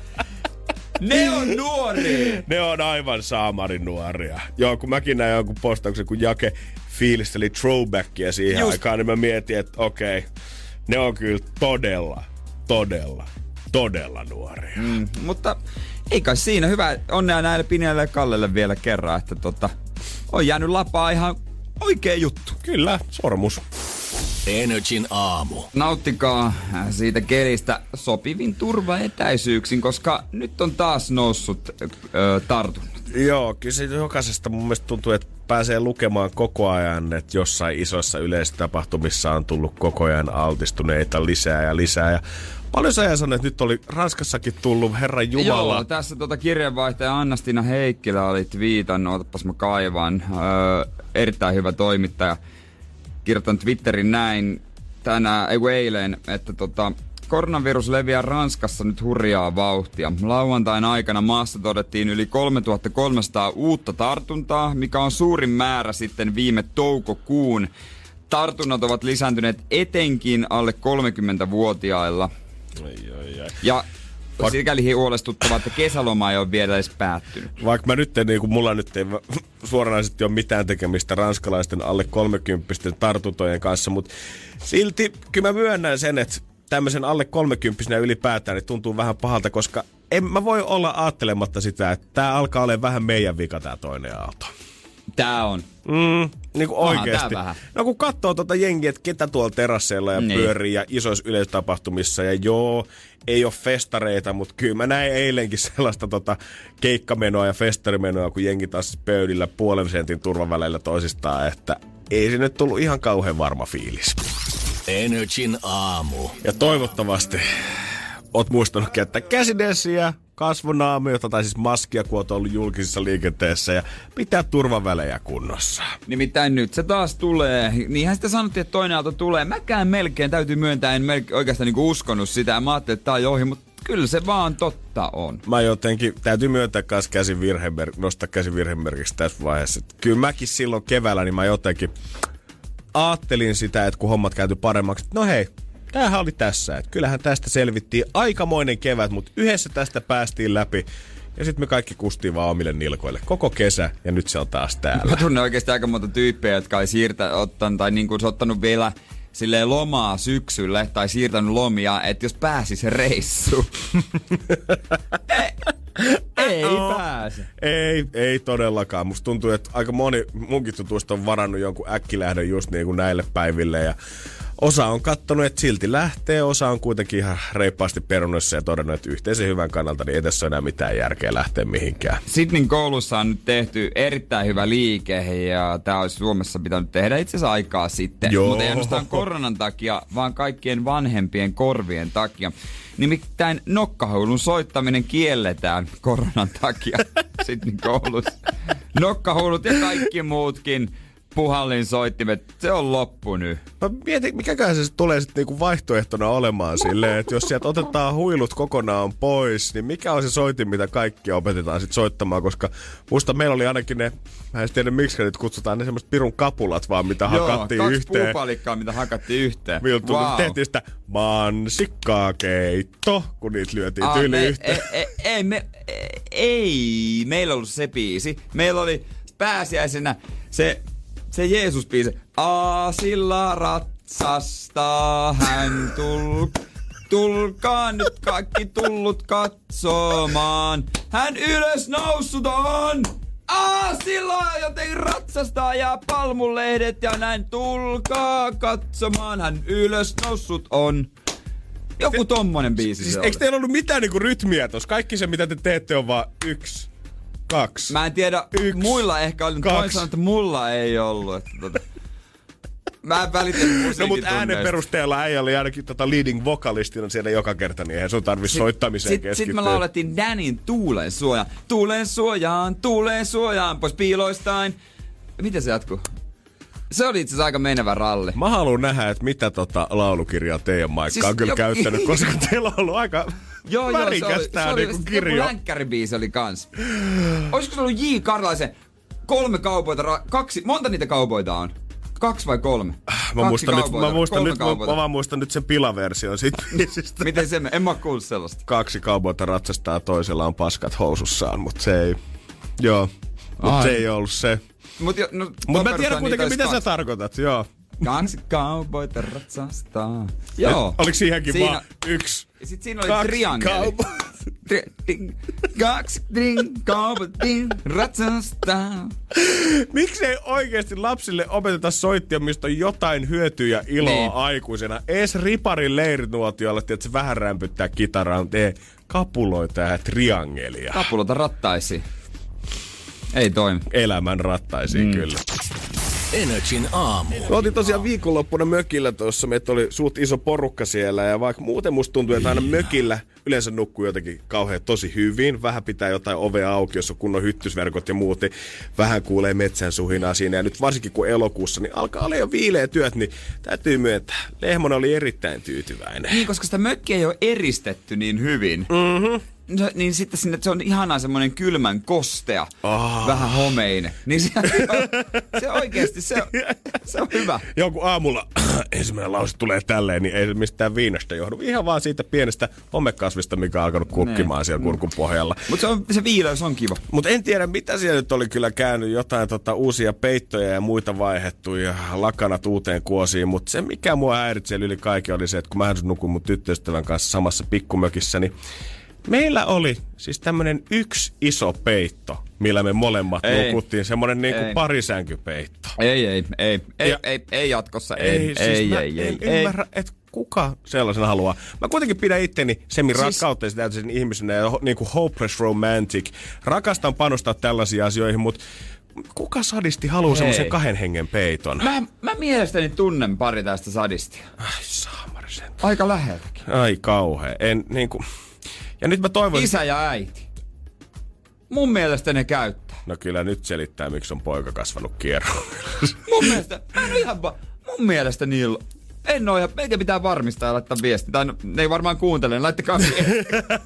[SPEAKER 5] Ne on nuoria!
[SPEAKER 4] Ne on aivan saamarin nuoria. Joo, kun mäkin näin jonkun postauksen, kun Jake fiilisteli throwbackia siihen Just. aikaan, niin mä mietin, että okei, ne on kyllä todella, todella, todella nuoria.
[SPEAKER 5] Mm, mutta ei kai siinä. Hyvä onnea näille Pinjalle ja Kallelle vielä kerran, että tota, on jäänyt lapaa ihan oikea juttu.
[SPEAKER 4] Kyllä, sormus.
[SPEAKER 3] Energin aamu.
[SPEAKER 5] Nauttikaa siitä kelistä sopivin turvaetäisyyksin, koska nyt on taas noussut ö, tartunnat.
[SPEAKER 4] Joo, kyllä se jokaisesta mun mielestä tuntuu, että pääsee lukemaan koko ajan, että jossain isoissa yleistapahtumissa on tullut koko ajan altistuneita lisää ja lisää. Ja paljon sä sanoit, että nyt oli Ranskassakin tullut, Herran Jumala.
[SPEAKER 5] Joo, tässä tota kirjeenvaihtaja Anna-Stina Heikkilä oli twiitannut, otapas mä kaivan, öö, erittäin hyvä toimittaja. Kirjoitan Twitterin näin tänään, ei eilen, että tota, koronavirus leviää Ranskassa nyt hurjaa vauhtia. Lauantain aikana maassa todettiin yli kolmetuhattakolmesataa uutta tartuntaa, mikä on suurin määrä sitten viime toukokuun. Tartunnat ovat lisääntyneet etenkin alle kolmekymmentävuotiailla.
[SPEAKER 4] Ai, ai, ai.
[SPEAKER 5] Ja Vaik- sikäli huolestuttavaa, että kesäloma ei ole vielä edes päättynyt.
[SPEAKER 4] Vaikka mä nyt en, niin kuin mulla nyt ei suoranaisesti ole mitään tekemistä ranskalaisten alle kolmekymppisten tartuntojen kanssa, mutta silti kyllä mä myönnän sen, että tämmöisen alle kolmekymppisenä ylipäätään niin tuntuu vähän pahalta, koska en mä voi olla ajattelematta sitä, että tää alkaa olemaan vähän meidän vika tää toinen aalto.
[SPEAKER 5] Tää on.
[SPEAKER 4] Mm, niin kuin oikeesti. No kun katsoo tuota jengiä, että ketä tuolla terasseilla ja niin. pyörii ja isoissa yleistapahtumissa ja joo, ei ole festareita, mutta kyllä mä näin eilenkin sellaista tota keikkamenoa ja festarimenoa, kun jengi taas pöydillä puolen sentin turvaväleillä toisistaan, että ei se nyt tullut ihan kauhean varma fiilis.
[SPEAKER 3] Energin aamu.
[SPEAKER 4] Ja toivottavasti oot muistanut käyttää käsidesiä, kasvonaamoja tai siis maskia, kun oot ollut julkisessa liikenteessä ja pitää turvavälejä kunnossa.
[SPEAKER 5] Nimittäin nyt se taas tulee. Niinhän sitä sanottiin, että toinen aalto tulee. Mäkään melkein täytyy myöntää, en melkein oikeastaan niinku uskonut sitä. Mä ajattelin, että tää on jo ohi, mutta kyllä se vaan totta on.
[SPEAKER 4] Mä jotenkin, täytyy myöntää kans käsin virhemerk, nostaa käsin virhemerkiksi tässä vaiheessa. Kyllä mäkin silloin keväällä, niin mä jotenkin aattelin sitä, että kun hommat käyty paremmaksi, että no hei, tämähän oli tässä. Että kyllähän tästä selvittiin aikamoinen kevät, mutta yhdessä tästä päästiin läpi. Ja sitten me kaikki kustiin vaan omille nilkoille. Koko kesä, ja nyt se on taas täällä.
[SPEAKER 5] Mä tunnen oikeasti aika monta tyyppejä, jotka ei siirtä, ottanut, tai niin kuin se ottanut vielä silleen lomaa syksylle, tai siirtänyt lomia, että jos pääsis reissuun. Ei pääse.
[SPEAKER 4] Ei, ei todellakaan. Musta tuntuu, että aika moni munkin tutuista on varannut jonkun äkkilähdön just niin kuin näille päiville. Ja osa on kattonut, että silti lähtee. Osa on kuitenkin ihan reippaasti perunnoissa ja todennut, että yhteisen hyvän kannalta niin ei tässä ole enää mitään järkeä lähteä mihinkään.
[SPEAKER 5] Sydneyn koulussa on nyt tehty erittäin hyvä liike ja tämä olisi Suomessa pitänyt tehdä itse asiassa aikaa sitten. Mutta ei ainoastaan koronan takia, vaan kaikkien vanhempien korvien takia. Nimittäin nokkahuilun soittaminen kielletään koronan takia Sydneyn koulussa. Nokkahuilut ja kaikki muutkin puhallinsoittimet, se on loppu nyt.
[SPEAKER 4] Mä mietin, mikäkään se tulee sitten niinku vaihtoehtona olemaan silleen, että jos sieltä otetaan huilut kokonaan pois, niin mikä on se soitin, mitä kaikki opetetaan sitten soittamaan, koska musta meillä oli ainakin ne, mä en tiedä miksi nyt kutsutaan ne semmoiset pirun kapulat vaan, mitä
[SPEAKER 5] Joo,
[SPEAKER 4] hakattiin
[SPEAKER 5] kaksi
[SPEAKER 4] yhteen. Joo,
[SPEAKER 5] puupalikkaa, mitä hakattiin yhteen.
[SPEAKER 4] Miltä
[SPEAKER 5] wow.
[SPEAKER 4] tehtiin sitä mansikkakeitto, kun niitä lyötiin
[SPEAKER 5] Aa,
[SPEAKER 4] tyyli
[SPEAKER 5] me,
[SPEAKER 4] yhteen.
[SPEAKER 5] Ei, ei, ei, me, ei, meillä ollut se biisi. Meillä oli pääsiäisenä se... Se Jeesus-biisi. Aasilla ratsastaa hän tul... Tulkaa nyt kaikki tullut katsomaan. Hän ylös noussut on. Aasilla joten ratsastaa ja palmulehdet ja näin tulkaa katsomaan. Hän ylös noussut on. Joku tommonen biisi
[SPEAKER 4] siis,
[SPEAKER 5] se
[SPEAKER 4] eikö teillä ollut mitään niinku rytmiä tossa? Kaikki se mitä te teette on vaan yksi. Kaksi.
[SPEAKER 5] Mä en tiedä, yksi, muilla ehkä oli, mutta voin sanoa, että mulla ei ollut. Että tota. Mä en välittänyt musiikin
[SPEAKER 4] No mut äänen perusteella äijä oli ainakin tota leading vocalistina siellä joka kerta, niin eihän sun tarvi soittamiseen
[SPEAKER 5] sit,
[SPEAKER 4] keskittyä.
[SPEAKER 5] Sitten me laulettiin Danin Tuulen suojaan. Tuulen suojaan, tuulen suojaan, pois piiloistain. Miten se jatkuu? Se oli itse asiassa aika menevä ralli.
[SPEAKER 4] Mä haluan nähdä, että mitä tota laulukirjaa teidän Maikka siis on kyllä jo... käyttänyt, koska teillä on ollut aika
[SPEAKER 5] joo,
[SPEAKER 4] värikäs tää niinku kirjo.
[SPEAKER 5] Joku länkkäribiisi oli kans. Olisiko se ollut J. Karlaisen kolme kaupoita, ra- kaksi, monta niitä kaupoita on? Kaksi vai kolme?
[SPEAKER 4] Mä muistan, nyt, mä, muistan nyt, mä, mä vaan muistan nyt sen pilaversion siitä.
[SPEAKER 5] Miten se? En mä kuullut sellaista.
[SPEAKER 4] Kaksi kaupoita ratsastaa, toisella on paskat housussaan, mutta se ei, joo, mutta se ei ollut se.
[SPEAKER 5] Mut, jo, no,
[SPEAKER 4] Mut mä tiedän kuitenkin, mitä kaksi. Sä tarkoitat, joo.
[SPEAKER 5] Kaksi kaupoita ratsastaa. Joo.
[SPEAKER 4] Oliko siihenkin
[SPEAKER 5] siinä,
[SPEAKER 4] vaan yksi?
[SPEAKER 5] Sitten siinä oli triangeli. Kaksi kaupoita ratsastaa.
[SPEAKER 4] Miksei oikeesti lapsille opeteta soittia, mistä on jotain hyötyä ja iloa niin. Aikuisena? Ees riparin leirinuotiolla, että se vähän rämpyttää kitaraan, tee kapuloita ja triangelia.
[SPEAKER 5] Kapuloita rattaisiin. Ei toimi.
[SPEAKER 4] Elämän rattaisiin mm. kyllä.
[SPEAKER 3] Energin aamu.
[SPEAKER 4] Me oltiin tosiaan viikonloppuna mökillä tuossa. Meitä oli suht iso porukka siellä. Ja vaikka muuten musta tuntuu, että aina mökillä yleensä nukkuu jotenkin kauhean tosi hyvin. Vähän pitää jotain ovea auki, jos on kunnon hyttysverkot ja muut. Niin vähän kuulee metsän suhinaa siinä. Ja nyt varsinkin kun elokuussa, niin alkaa olla jo viileä työt. Niin täytyy myöntää. Lehmonen oli erittäin tyytyväinen.
[SPEAKER 5] Niin, koska sitä mökkiä ei ole eristetty niin hyvin.
[SPEAKER 4] Mhm.
[SPEAKER 5] No, niin sitten sinne, se on ihanaa semmoinen kylmän kostea, oh. vähän homeinen. Niin se, se oikeesti, se, se on hyvä.
[SPEAKER 4] Joku aamulla ensimmäinen lause tulee tälleen, niin ei se mistään viinasta johdu. Ihan vaan siitä pienestä homekasvista, mikä on alkanut kukkimaan ne. Siellä kurkun pohjalla.
[SPEAKER 5] Mutta se, se viileys on kiva.
[SPEAKER 4] Mutta en tiedä, mitä siellä nyt oli kyllä käynyt. Jotain tota, uusia peittoja ja muita vaihdettu ja lakanat uuteen kuosiin. Mutta se, mikä mua häiritsee yli kaiken, oli se, että kun mä nukun mun tyttöystävän kanssa samassa pikkumökissä, niin meillä oli siis tämmönen yksi iso peitto, millä me molemmat ei, nukuttiin. Semmonen niinku parisänkypeitto.
[SPEAKER 5] Ei, ei, ei, ei, ja, ei, ei jatkossa, ei, ei, ei,
[SPEAKER 4] siis
[SPEAKER 5] ei, ei,
[SPEAKER 4] en ei. ymmärrä, että kuka sellaisen haluaa. Mä kuitenkin pidän itteni semi-rakkautteisen täytyisen ihmisenä ja niinku hopeless romantic. Rakastan panostaa tällaisiin asioihin, mutta kuka sadisti haluaa semmoisen kahden hengen peiton?
[SPEAKER 5] Mä, mä mielestäni tunnen pari tästä sadistia.
[SPEAKER 4] Ai saamarisen.
[SPEAKER 5] Aika läheltäkin.
[SPEAKER 4] Ai kauhea. En niinku... Ja nyt mä toivon...
[SPEAKER 5] Isä ja äiti. Mun mielestä ne käyttää.
[SPEAKER 4] No kyllä nyt selittää, miksi on poika kasvanut kierroon.
[SPEAKER 5] Mun mielestä... Mä en ihan va- mun mielestä niillä... En oo, ja meikä pitää varmistaa ja laittaa viesti. Tai no, ne ei varmaan kuuntele, laittakaa viesti.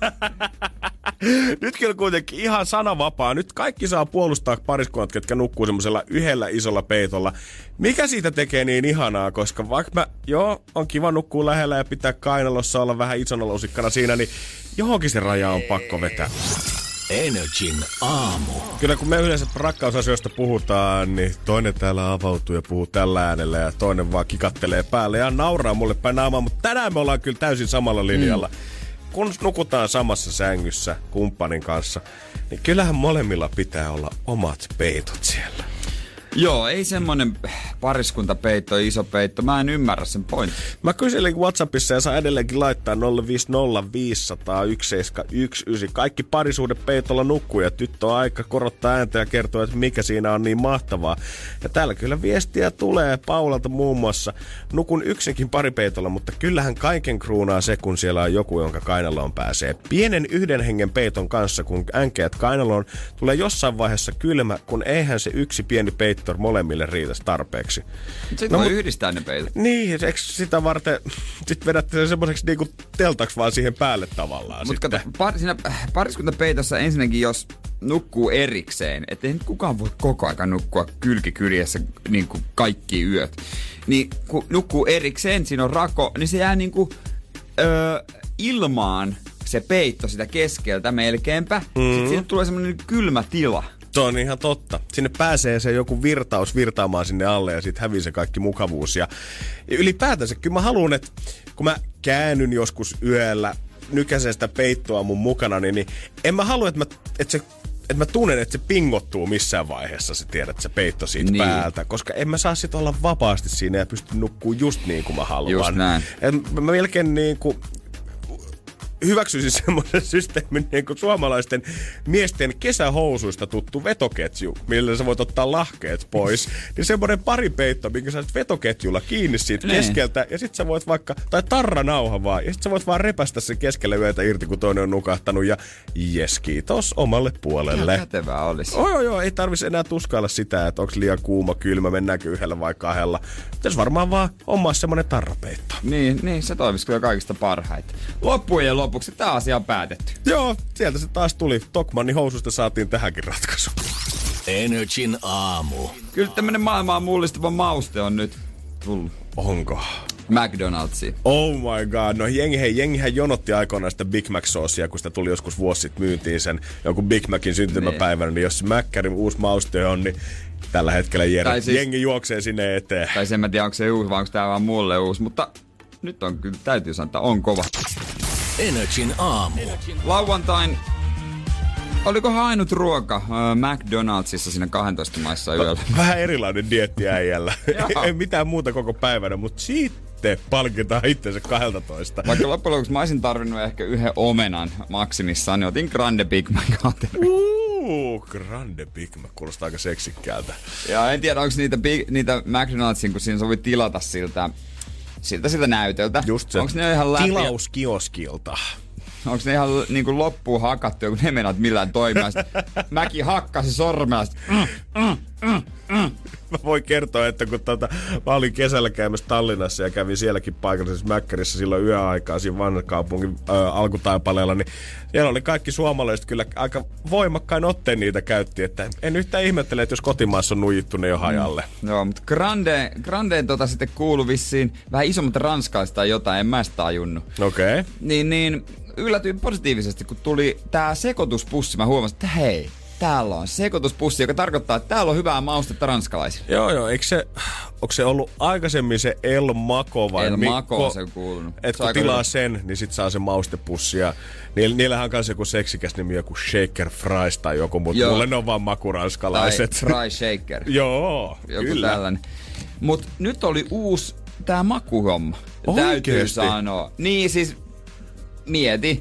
[SPEAKER 4] Nyt kyllä kuitenkin ihan sanavapaa. Nyt kaikki saa puolustaa pariskunnat, ketkä nukkuu semmoisella yhdellä isolla peitolla. Mikä siitä tekee niin ihanaa, koska vaikka mä, joo, on kiva nukkua lähellä ja pitää kainalossa olla vähän isona lusikkana siinä, niin johonkin se raja on pakko vetää.
[SPEAKER 3] Energin aamu.
[SPEAKER 4] Kyllä kun me yleensä rakkausasioista puhutaan, niin toinen täällä avautuu ja puhuu tällä äänellä ja toinen vaan kikattelee päälle ja nauraa mulle päin naamaan, mutta tänään me ollaan kyllä täysin samalla linjalla. Mm. Kun nukutaan samassa sängyssä kumppanin kanssa, niin kyllähän molemmilla pitää olla omat peitot siellä.
[SPEAKER 5] Joo, ei semmonen pariskuntapeitto, iso peitto. Mä en ymmärrä sen pointin.
[SPEAKER 4] Mä kyselin WhatsAppissa ja saa edelleenkin laittaa nolla viisi nolla viisi nolla nolla yksi seitsemän yksi yhdeksän. Kaikki parisuhdepeitolla nukkuu ja tyttö on aika korottaa ääntä ja kertoo, että mikä siinä on niin mahtavaa. Ja täällä kyllä viestiä tulee Paulalta muun muassa. Nukun yksinkin paripeitolla, mutta kyllähän kaiken kruunaa se, kun siellä on joku, jonka kainaloon pääsee. Pienen yhden hengen peiton kanssa, kun änkeät kainaloon, tulee jossain vaiheessa kylmä, kun eihän se yksi pieni peitto molemmille riitäisi tarpeeksi.
[SPEAKER 5] Sitten no, voi yhdistää ne peitot.
[SPEAKER 4] Niin, eikö sitä varten sit vedätte sen semmoiseksi niinku teltaksi vaan siihen päälle tavallaan.
[SPEAKER 5] Mutta kato, par, siinä pariskuntapeitossa ensinnäkin, jos nukkuu erikseen, ettei nyt kukaan voi koko ajan nukkua kylkikyljessä niin kuin kaikki yöt, niin kun nukkuu erikseen, siinä on rako, niin se jää niin kuin, öö, ilmaan se peitto sitä keskeltä melkeinpä. Mm. Sitten siinä tulee semmoinen kylmä tila.
[SPEAKER 4] Se on ihan totta. Sinne pääsee se joku virtaus virtaamaan sinne alle ja sitten hävii se kaikki mukavuus. Ja ylipäätänsä kyllä mä haluan, että kun mä käännyn joskus yöllä, nykäsen sitä peittoa mun mukana, niin, niin en mä halua, että mä, että, se, että mä tunnen, että se pingottuu missään vaiheessa, se tiedät, se peitto siitä niin päältä. Koska en mä saa sit olla vapaasti siinä ja pysty nukkuu just niin kuin mä haluan.
[SPEAKER 5] Just näin.
[SPEAKER 4] Et mä melkein niin kuin hyväksyisin semmoisen systeemin niin kuin suomalaisten miesten kesähousuista tuttu vetoketju, millä sä voit ottaa lahkeet pois. Niin semmoinen paripeitto, minkä sä oot vetoketjulla kiinni siitä ne keskeltä, ja sit sä voit vaikka, tai tarranauha vaan, ja sit sä voit vaan repästä sen keskelle yötä irti, kun toinen on nukahtanut, ja jes, kiitos omalle puolelle.
[SPEAKER 5] Ihan kätevää olisi.
[SPEAKER 4] Joo, joo, joo, ei tarvitsisi enää tuskailla sitä, että onko liian kuuma, kylmä, mennäänkö yhdellä vai kahdella. Pitäisi varmaan vaan omaa semmoinen tarrapeitto.
[SPEAKER 5] Niin, niin, se toimisi kyllä kaikista parhaita. Loppujen lopuksi tämä asia on päätetty.
[SPEAKER 4] Joo, sieltä se taas tuli. Tokmannin housusta saatiin tähänkin ratkaisu.
[SPEAKER 3] Energin aamu.
[SPEAKER 5] Kyllä tämmönen maailmaa mullistava mauste on nyt tullut.
[SPEAKER 4] Onko?
[SPEAKER 5] McDonald'sia.
[SPEAKER 4] Oh my god. No jengi, hei, jengihän jonotti aikoinaan sitä Big Mac-soosia, kun sitä tuli joskus vuosi sitten myyntiin sen jonkun Big Macin syntymäpäivänä. Niin, niin jos se Mäkkärin uusi mauste on, niin tällä hetkellä jengi, siis, jengi juoksee sinne eteen.
[SPEAKER 5] Tai sen mä tiedä, onko se uusi vai onko tää vaan mulle uusi. Mutta nyt on kyllä, täytyy sanoa, että on kova.
[SPEAKER 3] Energin aamu.
[SPEAKER 5] Lauantain, olikohan ainut ruoka äh, McDonaldsissa siinä kaksitoista maissa yöllä?
[SPEAKER 4] Vähän erilainen dieetti äijällä. Ei mitään muuta koko päivänä, mutta sitten palkitaan itsensä kaksitoista.
[SPEAKER 5] Vaikka loppujen lopuksi mä olisin tarvinnut ehkä yhden omenan maksimissaan, niin otin Grande Big Mac aterian.
[SPEAKER 4] Uuu, Grande Big Mac, kuulostaa aika seksikkältä.
[SPEAKER 5] Ja en tiedä, onko niitä, big, niitä McDonaldsin, kun siinä sä voit tilata siltä Siltä siltä näytöltä.
[SPEAKER 4] Just se.
[SPEAKER 5] Onks ne ihan läpi?
[SPEAKER 4] Tilauskioskilta.
[SPEAKER 5] Onks ne ihan niinku loppuun hakattu, kun ne menat millään toimia? Mäkin hakkasin sormella. Mm, mm, mm, mm.
[SPEAKER 4] Mä voin kertoa, että kun tota, mä olin kesällä käymässä Tallinnassa ja kävin sielläkin paikallisessa Mäkkärissä silloin yöaikaa siinä Vanhakaupungin äh, alkutaipaleella, niin siellä oli kaikki suomalaiset kyllä aika voimakkain otteen niitä käytti, että en yhtään ihmettele, että jos kotimaassa on nuijittu ne jo hajalle.
[SPEAKER 5] Mm. Joo, mutta Grande, Grandeen tota sitten kuului vissiin vähän isommat ranskalaiset tai jotain, en mä sitä tajunnut.
[SPEAKER 4] Okei. Okay.
[SPEAKER 5] Niin, niin yllätyin positiivisesti, kun tuli tää sekoituspussi, mä huomasin, että hei, täällä on sekoituspussi, joka tarkoittaa, että täällä on hyvää maustetta ranskalaisille.
[SPEAKER 4] Joo, joo. Eikö se, onko se ollut aikaisemmin se El Maco vai
[SPEAKER 5] El
[SPEAKER 4] Mikko?
[SPEAKER 5] Maco on se kuulunut.
[SPEAKER 4] Että kun tilaa hyvä sen, niin sit saa se maustepussi. Ja niillä, niillähän on kanssa joku seksikäs nimi, joku Shaker Fries tai joku, mutta mulle ne on vaan makuranskalaiset.
[SPEAKER 5] Tai Fry Shaker.
[SPEAKER 4] Joo,
[SPEAKER 5] joku
[SPEAKER 4] kyllä.
[SPEAKER 5] Tällainen. Mut nyt oli uusi tää makuhomma.
[SPEAKER 4] Oikeesti?
[SPEAKER 5] Täytyy sanoa. Niin siis, mieti.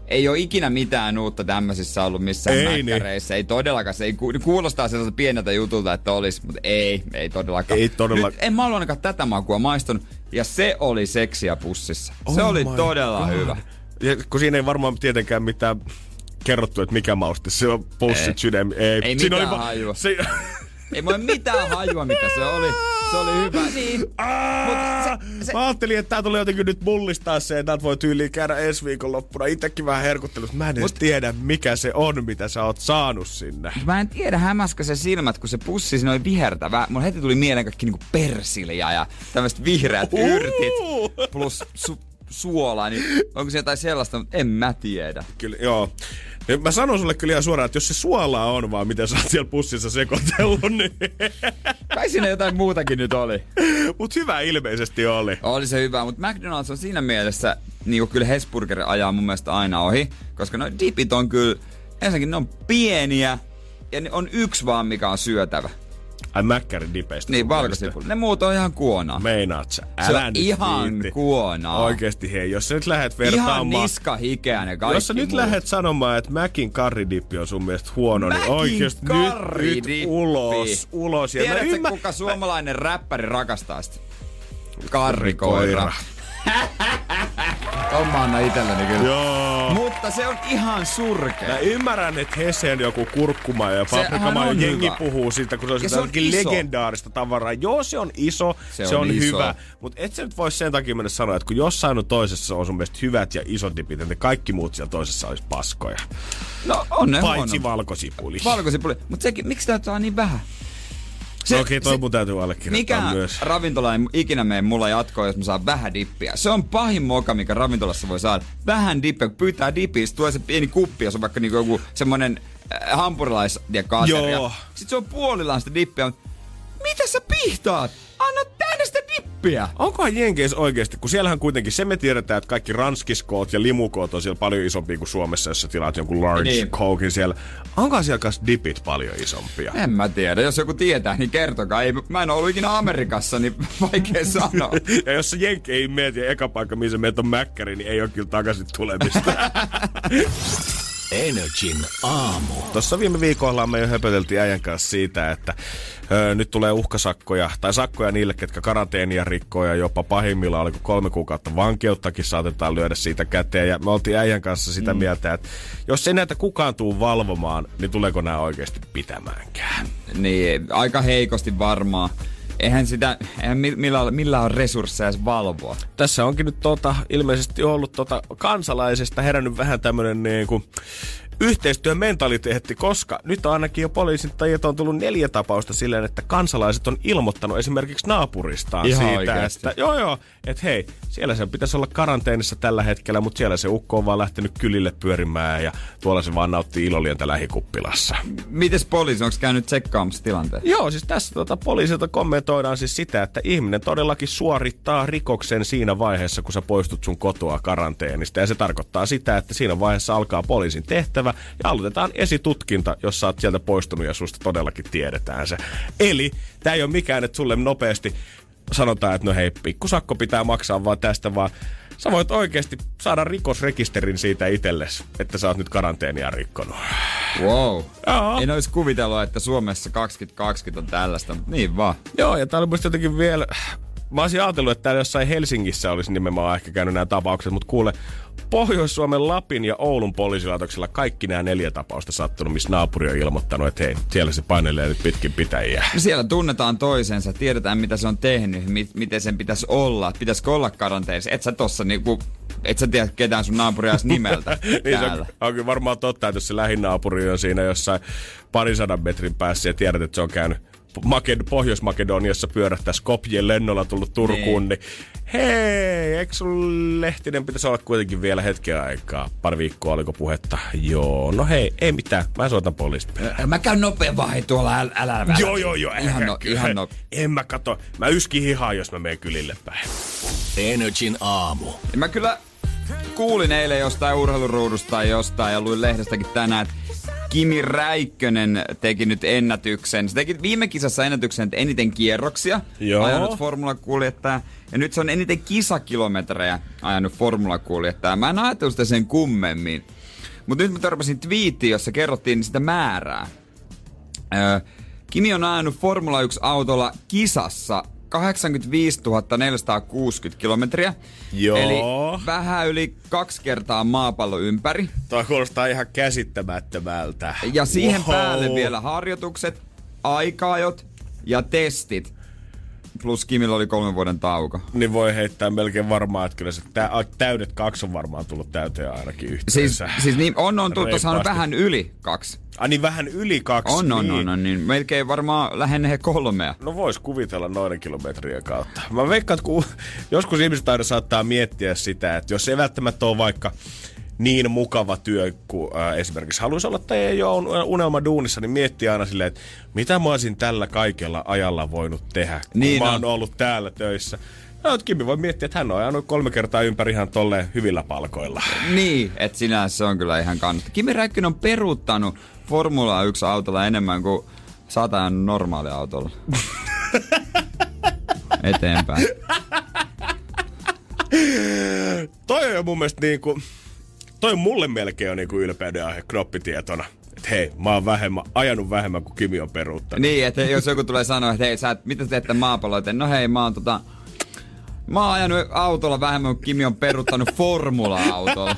[SPEAKER 5] ei ole ikinä mitään uutta tämmöisissä ollut missään
[SPEAKER 4] ei,
[SPEAKER 5] mäkkäreissä. Niin. Ei todellakaan. Se ei ku, kuulostaa sellaiselta pieneltä jutulta, että olisi, mutta ei, ei todellakaan.
[SPEAKER 4] Ei todellakaan.
[SPEAKER 5] Nyt en mä ollut ainakaan tätä makua maistunut. Ja se oli seksiä pussissa.
[SPEAKER 4] Oh
[SPEAKER 5] se oli todella
[SPEAKER 4] God.
[SPEAKER 5] hyvä.
[SPEAKER 4] Ja kun siinä ei varmaan tietenkään mitään kerrottu, että mikä mauste. Se on pussit sydäm. Ei,
[SPEAKER 5] ei
[SPEAKER 4] siinä
[SPEAKER 5] mitään
[SPEAKER 4] oli va-
[SPEAKER 5] hajua.
[SPEAKER 4] Se...
[SPEAKER 5] Ei mulla mitään hajua, mitä se oli. Se oli hyvä. Niin.
[SPEAKER 4] Se, se... Mä ajattelin, että tää tulee jotenkin nyt mullistaa se, että voi tyyliin käydä ensi viikonloppuna. Itekin vähän herkuttelut. Mä en edes Mut... tiedä, mikä se on, mitä sä oot saanut sinne.
[SPEAKER 5] Mä en tiedä, hämäskö se silmät, kun se pussi siinä oli vihertävä. Mulla heti tuli mieleen kaikki niinku persilja ja tämmöiset vihreät uh! yrtit plus su- suolaa. Niin onko se jotain sellaista? En mä tiedä.
[SPEAKER 4] Kyllä, joo. Ja mä sanon sulle kyllä ihan suoraan, että jos se suolaa on vaan, miten sä oot siellä pussissa sekoitellut, niin...
[SPEAKER 5] Kai siinä jotain muutakin nyt oli.
[SPEAKER 4] Mut hyvä ilmeisesti oli.
[SPEAKER 5] Oli se hyvä, mutta McDonald's on siinä mielessä, niin kuin kyllä Hesburger ajaa mun mielestä aina ohi, koska no dipit on kyllä, ensinnäkin ne on pieniä, ja ne on yksi vaan, mikä on syötävä.
[SPEAKER 4] Ai mäkkärin dipeistä.
[SPEAKER 5] Niin, valkosipuli. Ne muut on ihan kuonaa.
[SPEAKER 4] Meinaat sä? Älä
[SPEAKER 5] se on
[SPEAKER 4] nyt
[SPEAKER 5] ihan
[SPEAKER 4] viitti.
[SPEAKER 5] Kuonaa.
[SPEAKER 4] Oikeesti hei, jos sä nyt lähet vertaamaan...
[SPEAKER 5] Ihan niska hikeä ne kaikki
[SPEAKER 4] Jos sä nyt
[SPEAKER 5] muut.
[SPEAKER 4] lähet sanomaan, että Mäkin karridippi on sun mielestä huono,
[SPEAKER 5] Mäkin
[SPEAKER 4] niin oikeesti nyt, nyt ulos, ulos.
[SPEAKER 5] Tiedätkö,
[SPEAKER 4] ymmär...
[SPEAKER 5] kuka suomalainen räppäri rakastaa sitä? Karrikoira. On mä anna itelleni kyllä.
[SPEAKER 4] Joo.
[SPEAKER 5] Mutta se on ihan surkea.
[SPEAKER 4] Mä ymmärrän, että Hesen joku kurkkuma ja paprikama ja jengi hyvä. Puhuu siitä, kun se on sitä legendaarista tavaraa. Joo, se on iso, se, se on, on hyvä. Mutta et sä nyt vois sen takia mennä sanoa, että kun jossain on toisessa on sun mielestä hyvät ja isot dipit, että kaikki muut siellä toisessa olisi paskoja.
[SPEAKER 5] No on ne
[SPEAKER 4] paitsi
[SPEAKER 5] huono.
[SPEAKER 4] valkosipuli.
[SPEAKER 5] Valkosipuli. Mutta sekin, miksi tää on niin vähän?
[SPEAKER 4] Se, Okei, toi se, mun täytyy allekirjoittaa
[SPEAKER 5] mikä
[SPEAKER 4] myös.
[SPEAKER 5] Mikä ravintola ei ikinä mene mulla jatkoon, jos mä saan vähän dippiä. Se on pahin moka, mikä ravintolassa voi saada. Vähän dippiä, kun pyytää dippiä, tulee se pieni kuppi, jos on vaikka niinku joku semmonen äh, hampurilaisateria. Sitten se on puolillaan sitä dippiä. Mitä sä pihtaat? Anna tänne sitä dippiä!
[SPEAKER 4] Onkohan Jenkeissä oikeesti, kun siellähän kuitenkin se me tiedetään, että kaikki ranskiskoot ja limukoot on siellä paljon isompia kuin Suomessa, jos sä tilaat jonkun large niin. Cokein siellä. Onkohan siellä kanssa dipit paljon isompia?
[SPEAKER 5] En mä tiedä. Jos joku tietää, niin kertokaa. Ei, mä en ollut ikinä Amerikassa, niin vaikea sanoa.
[SPEAKER 4] Ja jos sä Jenkeihin meet ja eka paikka, missä meet on mäkkäri, niin ei ole kyllä takaisin tulemista.
[SPEAKER 3] Energin aamu.
[SPEAKER 4] Tuossa viime viikolla me jo höpöteltiin äijän kanssa siitä, että ö, nyt tulee uhkasakkoja tai sakkoja niille, ketkä karanteenia rikkoo ja jopa pahimmillaan oliko kolme kuukautta vankeuttakin saatetaan lyödä siitä käteen. Ja me oltiin äijän kanssa sitä mm. mieltä, että jos ei näitä kukaan tuu valvomaan, niin tuleeko nämä oikeasti pitämäänkään?
[SPEAKER 5] Niin, aika heikosti varmaan. Eihän sitä, eihän millään, millään on resursseja valvoa.
[SPEAKER 4] Tässä onkin nyt tota, ilmeisesti ollut tota, kansalaisesta herännyt vähän tämmönen niinku yhteistyömentaliteetti, koska nyt on ainakin jo poliisin tajalta on tullut neljä tapausta silleen, että kansalaiset on ilmoittanut esimerkiksi naapuristaan ihan siitä, oikeasti. Että joo joo, että hei, siellä se pitäisi olla karanteenissa tällä hetkellä, mutta siellä se ukko on vaan lähtenyt kylille pyörimään ja tuolla se vaan nauttii ilolientä lähikuppilassa.
[SPEAKER 5] Mites poliisi, onko käynyt tsekkaamassa tilanteen?
[SPEAKER 4] Joo, siis tässä tota, poliisilta kommentoidaan siis sitä, että ihminen todellakin suorittaa rikoksen siinä vaiheessa, kun sä poistut sun kotoa karanteenista. Ja se tarkoittaa sitä, että siinä vaiheessa alkaa poliisin tehtävä ja aloitetaan esitutkinta, jos sä oot sieltä poistunut ja susta todellakin tiedetään se. Eli tää ei ole mikään, että sulle nopeasti sanotaan, että no hei, pikkusakko pitää maksaa vaan tästä, vaan sä voit oikeasti saada rikosrekisterin siitä itsellesi, että sä oot nyt karanteenia rikkonut.
[SPEAKER 5] Wow.
[SPEAKER 4] Joo.
[SPEAKER 5] En olisi kuvitellut, että Suomessa kaksituhattakaksikymmentä on tällaista, mutta niin vaan.
[SPEAKER 4] Joo, ja tää oli musta jotenkin vielä... Mä olisin ajatellut, että täällä jossain Helsingissä olisi nimenomaan ehkä käynyt nämä tapaukset, mutta kuule, Pohjois-Suomen, Lapin ja Oulun poliisilaitoksella kaikki nämä neljä tapausta sattunut, missä naapuri on ilmoittanut, että hei, siellä se painelee nyt pitkin pitäjiä. Siellä
[SPEAKER 5] tunnetaan toisensa, tiedetään mitä se on tehnyt, mi- miten sen pitäisi olla, pitäisikö olla karanteenissa. Et sä tossa niinku, et sä tiedä ketään sun naapuria edes nimeltä
[SPEAKER 4] niin se on, on kyllä varmaan totta, että jos se lähinaapuri on siinä jossain parisadan metrin päässä ja tiedät, että se on käynyt Maked- Pohjois-Makedoniassa pyörähtää Skopjen lennolla tullut Turkuun, niin hei, eikö sun Lehtinen pitäisi olla kuitenkin vielä hetken aikaa? Pari viikkoa oliko puhetta? Joo, no hei, ei mitään, mä soitan poliisit.
[SPEAKER 5] Mä käyn nopea vai tuolla, älä, älä, älä.
[SPEAKER 4] Joo, joo, joo,
[SPEAKER 5] ihan, no, ihan no.
[SPEAKER 4] En mä kato, mä yskin hihaa, jos mä menen kylille päin.
[SPEAKER 3] Energin aamu.
[SPEAKER 5] Ja mä kyllä kuulin eilen jostain urheiluruudusta tai jostain ja luin lehdestäkin tänään, että Kimi Räikkönen teki nyt ennätyksen. Se teki viime kisassa ennätyksen, että eniten kierroksia
[SPEAKER 4] Joo.
[SPEAKER 5] ajanut formulakuljettaja. Ja nyt se on eniten kisakilometrejä ajanut formulakuljettaja. Mä en ajatellut sitä sen kummemmin. Mutta nyt mä törmäsin twiittiin, jossa kerrottiin sitä määrää. Öö, Kimi on ajanut Formula yksi-autolla kisassa kahdeksankymmentäviisituhatta neljäsataakuusikymmentä kilometriä.
[SPEAKER 4] Joo.
[SPEAKER 5] Eli vähän yli kaksi kertaa maapallo ympäri.
[SPEAKER 4] Toi kuulostaa ihan käsittämättömältä.
[SPEAKER 5] Ja siihen
[SPEAKER 4] wow.
[SPEAKER 5] päälle vielä harjoitukset, aika-ajot ja testit. Plus Kimillä oli kolmen vuoden tauko.
[SPEAKER 4] Niin voi heittää melkein varmaan, että kyllä se tä- täydet kaksi on varmaan tullut täyteen ainakin yhteensä.
[SPEAKER 5] Siis, siis niin on, on tullut saanut vähän yli kaksi.
[SPEAKER 4] Ai niin vähän yli kaksi.
[SPEAKER 5] On, on,
[SPEAKER 4] niin.
[SPEAKER 5] on, on, niin melkein varmaan lähenee kolmea.
[SPEAKER 4] No vois kuvitella noiden kilometrien kautta. Mä veikkaan, että kun joskus ihmiset aina saattaa miettiä sitä, että jos ei välttämättä ole vaikka niin mukava työ kuin äh, esimerkiksi haluaisi olla tai ei ole unelma duunissa, niin miettii aina silleen, että mitä mä olisin tällä kaikella ajalla voinut tehdä, kun
[SPEAKER 5] niin
[SPEAKER 4] mä
[SPEAKER 5] on.
[SPEAKER 4] oon ollut täällä töissä. No, Kimi voi miettiä, että hän on ajanut kolme kertaa ympäri ihan tolleen hyvillä palkoilla.
[SPEAKER 5] Niin, että sinänsä se on kyllä ihan kannattaa. Kimi Räikkönen on peruuttanut Formula yksi-autolla enemmän kuin satajan normaaliautolla. Eteenpäin.
[SPEAKER 4] Toi on mun mielestä niinku, toi on mulle melkein on niinku ylpeyden aihe knoppitietona. Että hei, mä oon vähemmän, ajanut vähemmän kuin Kimi on peruuttanut.
[SPEAKER 5] Niin, että jos joku tulee sanoa, että hei, sä et, mitä teet tämän maapallon? No hei, mä oon tota... Mä oon ajanut autolla vähemmän kuin Kimi on peruuttanut formula-autolla.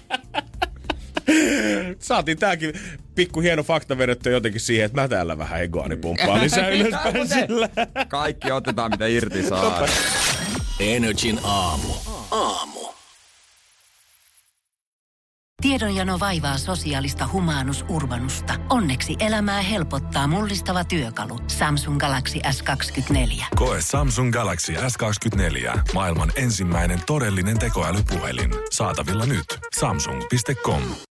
[SPEAKER 4] Saatiin tääkin pikku hieno fakta vedetty jotenkin siihen, että mä täällä vähän egoani pumppaan lisää ylöspäin sillä.
[SPEAKER 5] Kaikki otetaan mitä irti saa.
[SPEAKER 3] Energin aamu. Aamu.
[SPEAKER 1] Tiedonjano vaivaa sosiaalista humanus urbanusta. Onneksi elämää helpottaa mullistava työkalu. Samsung Galaxy S kaksikymmentäneljä.
[SPEAKER 2] Koe Samsung Galaxy S kaksikymmentäneljä. Maailman ensimmäinen todellinen tekoälypuhelin. Saatavilla nyt. Samsung piste com.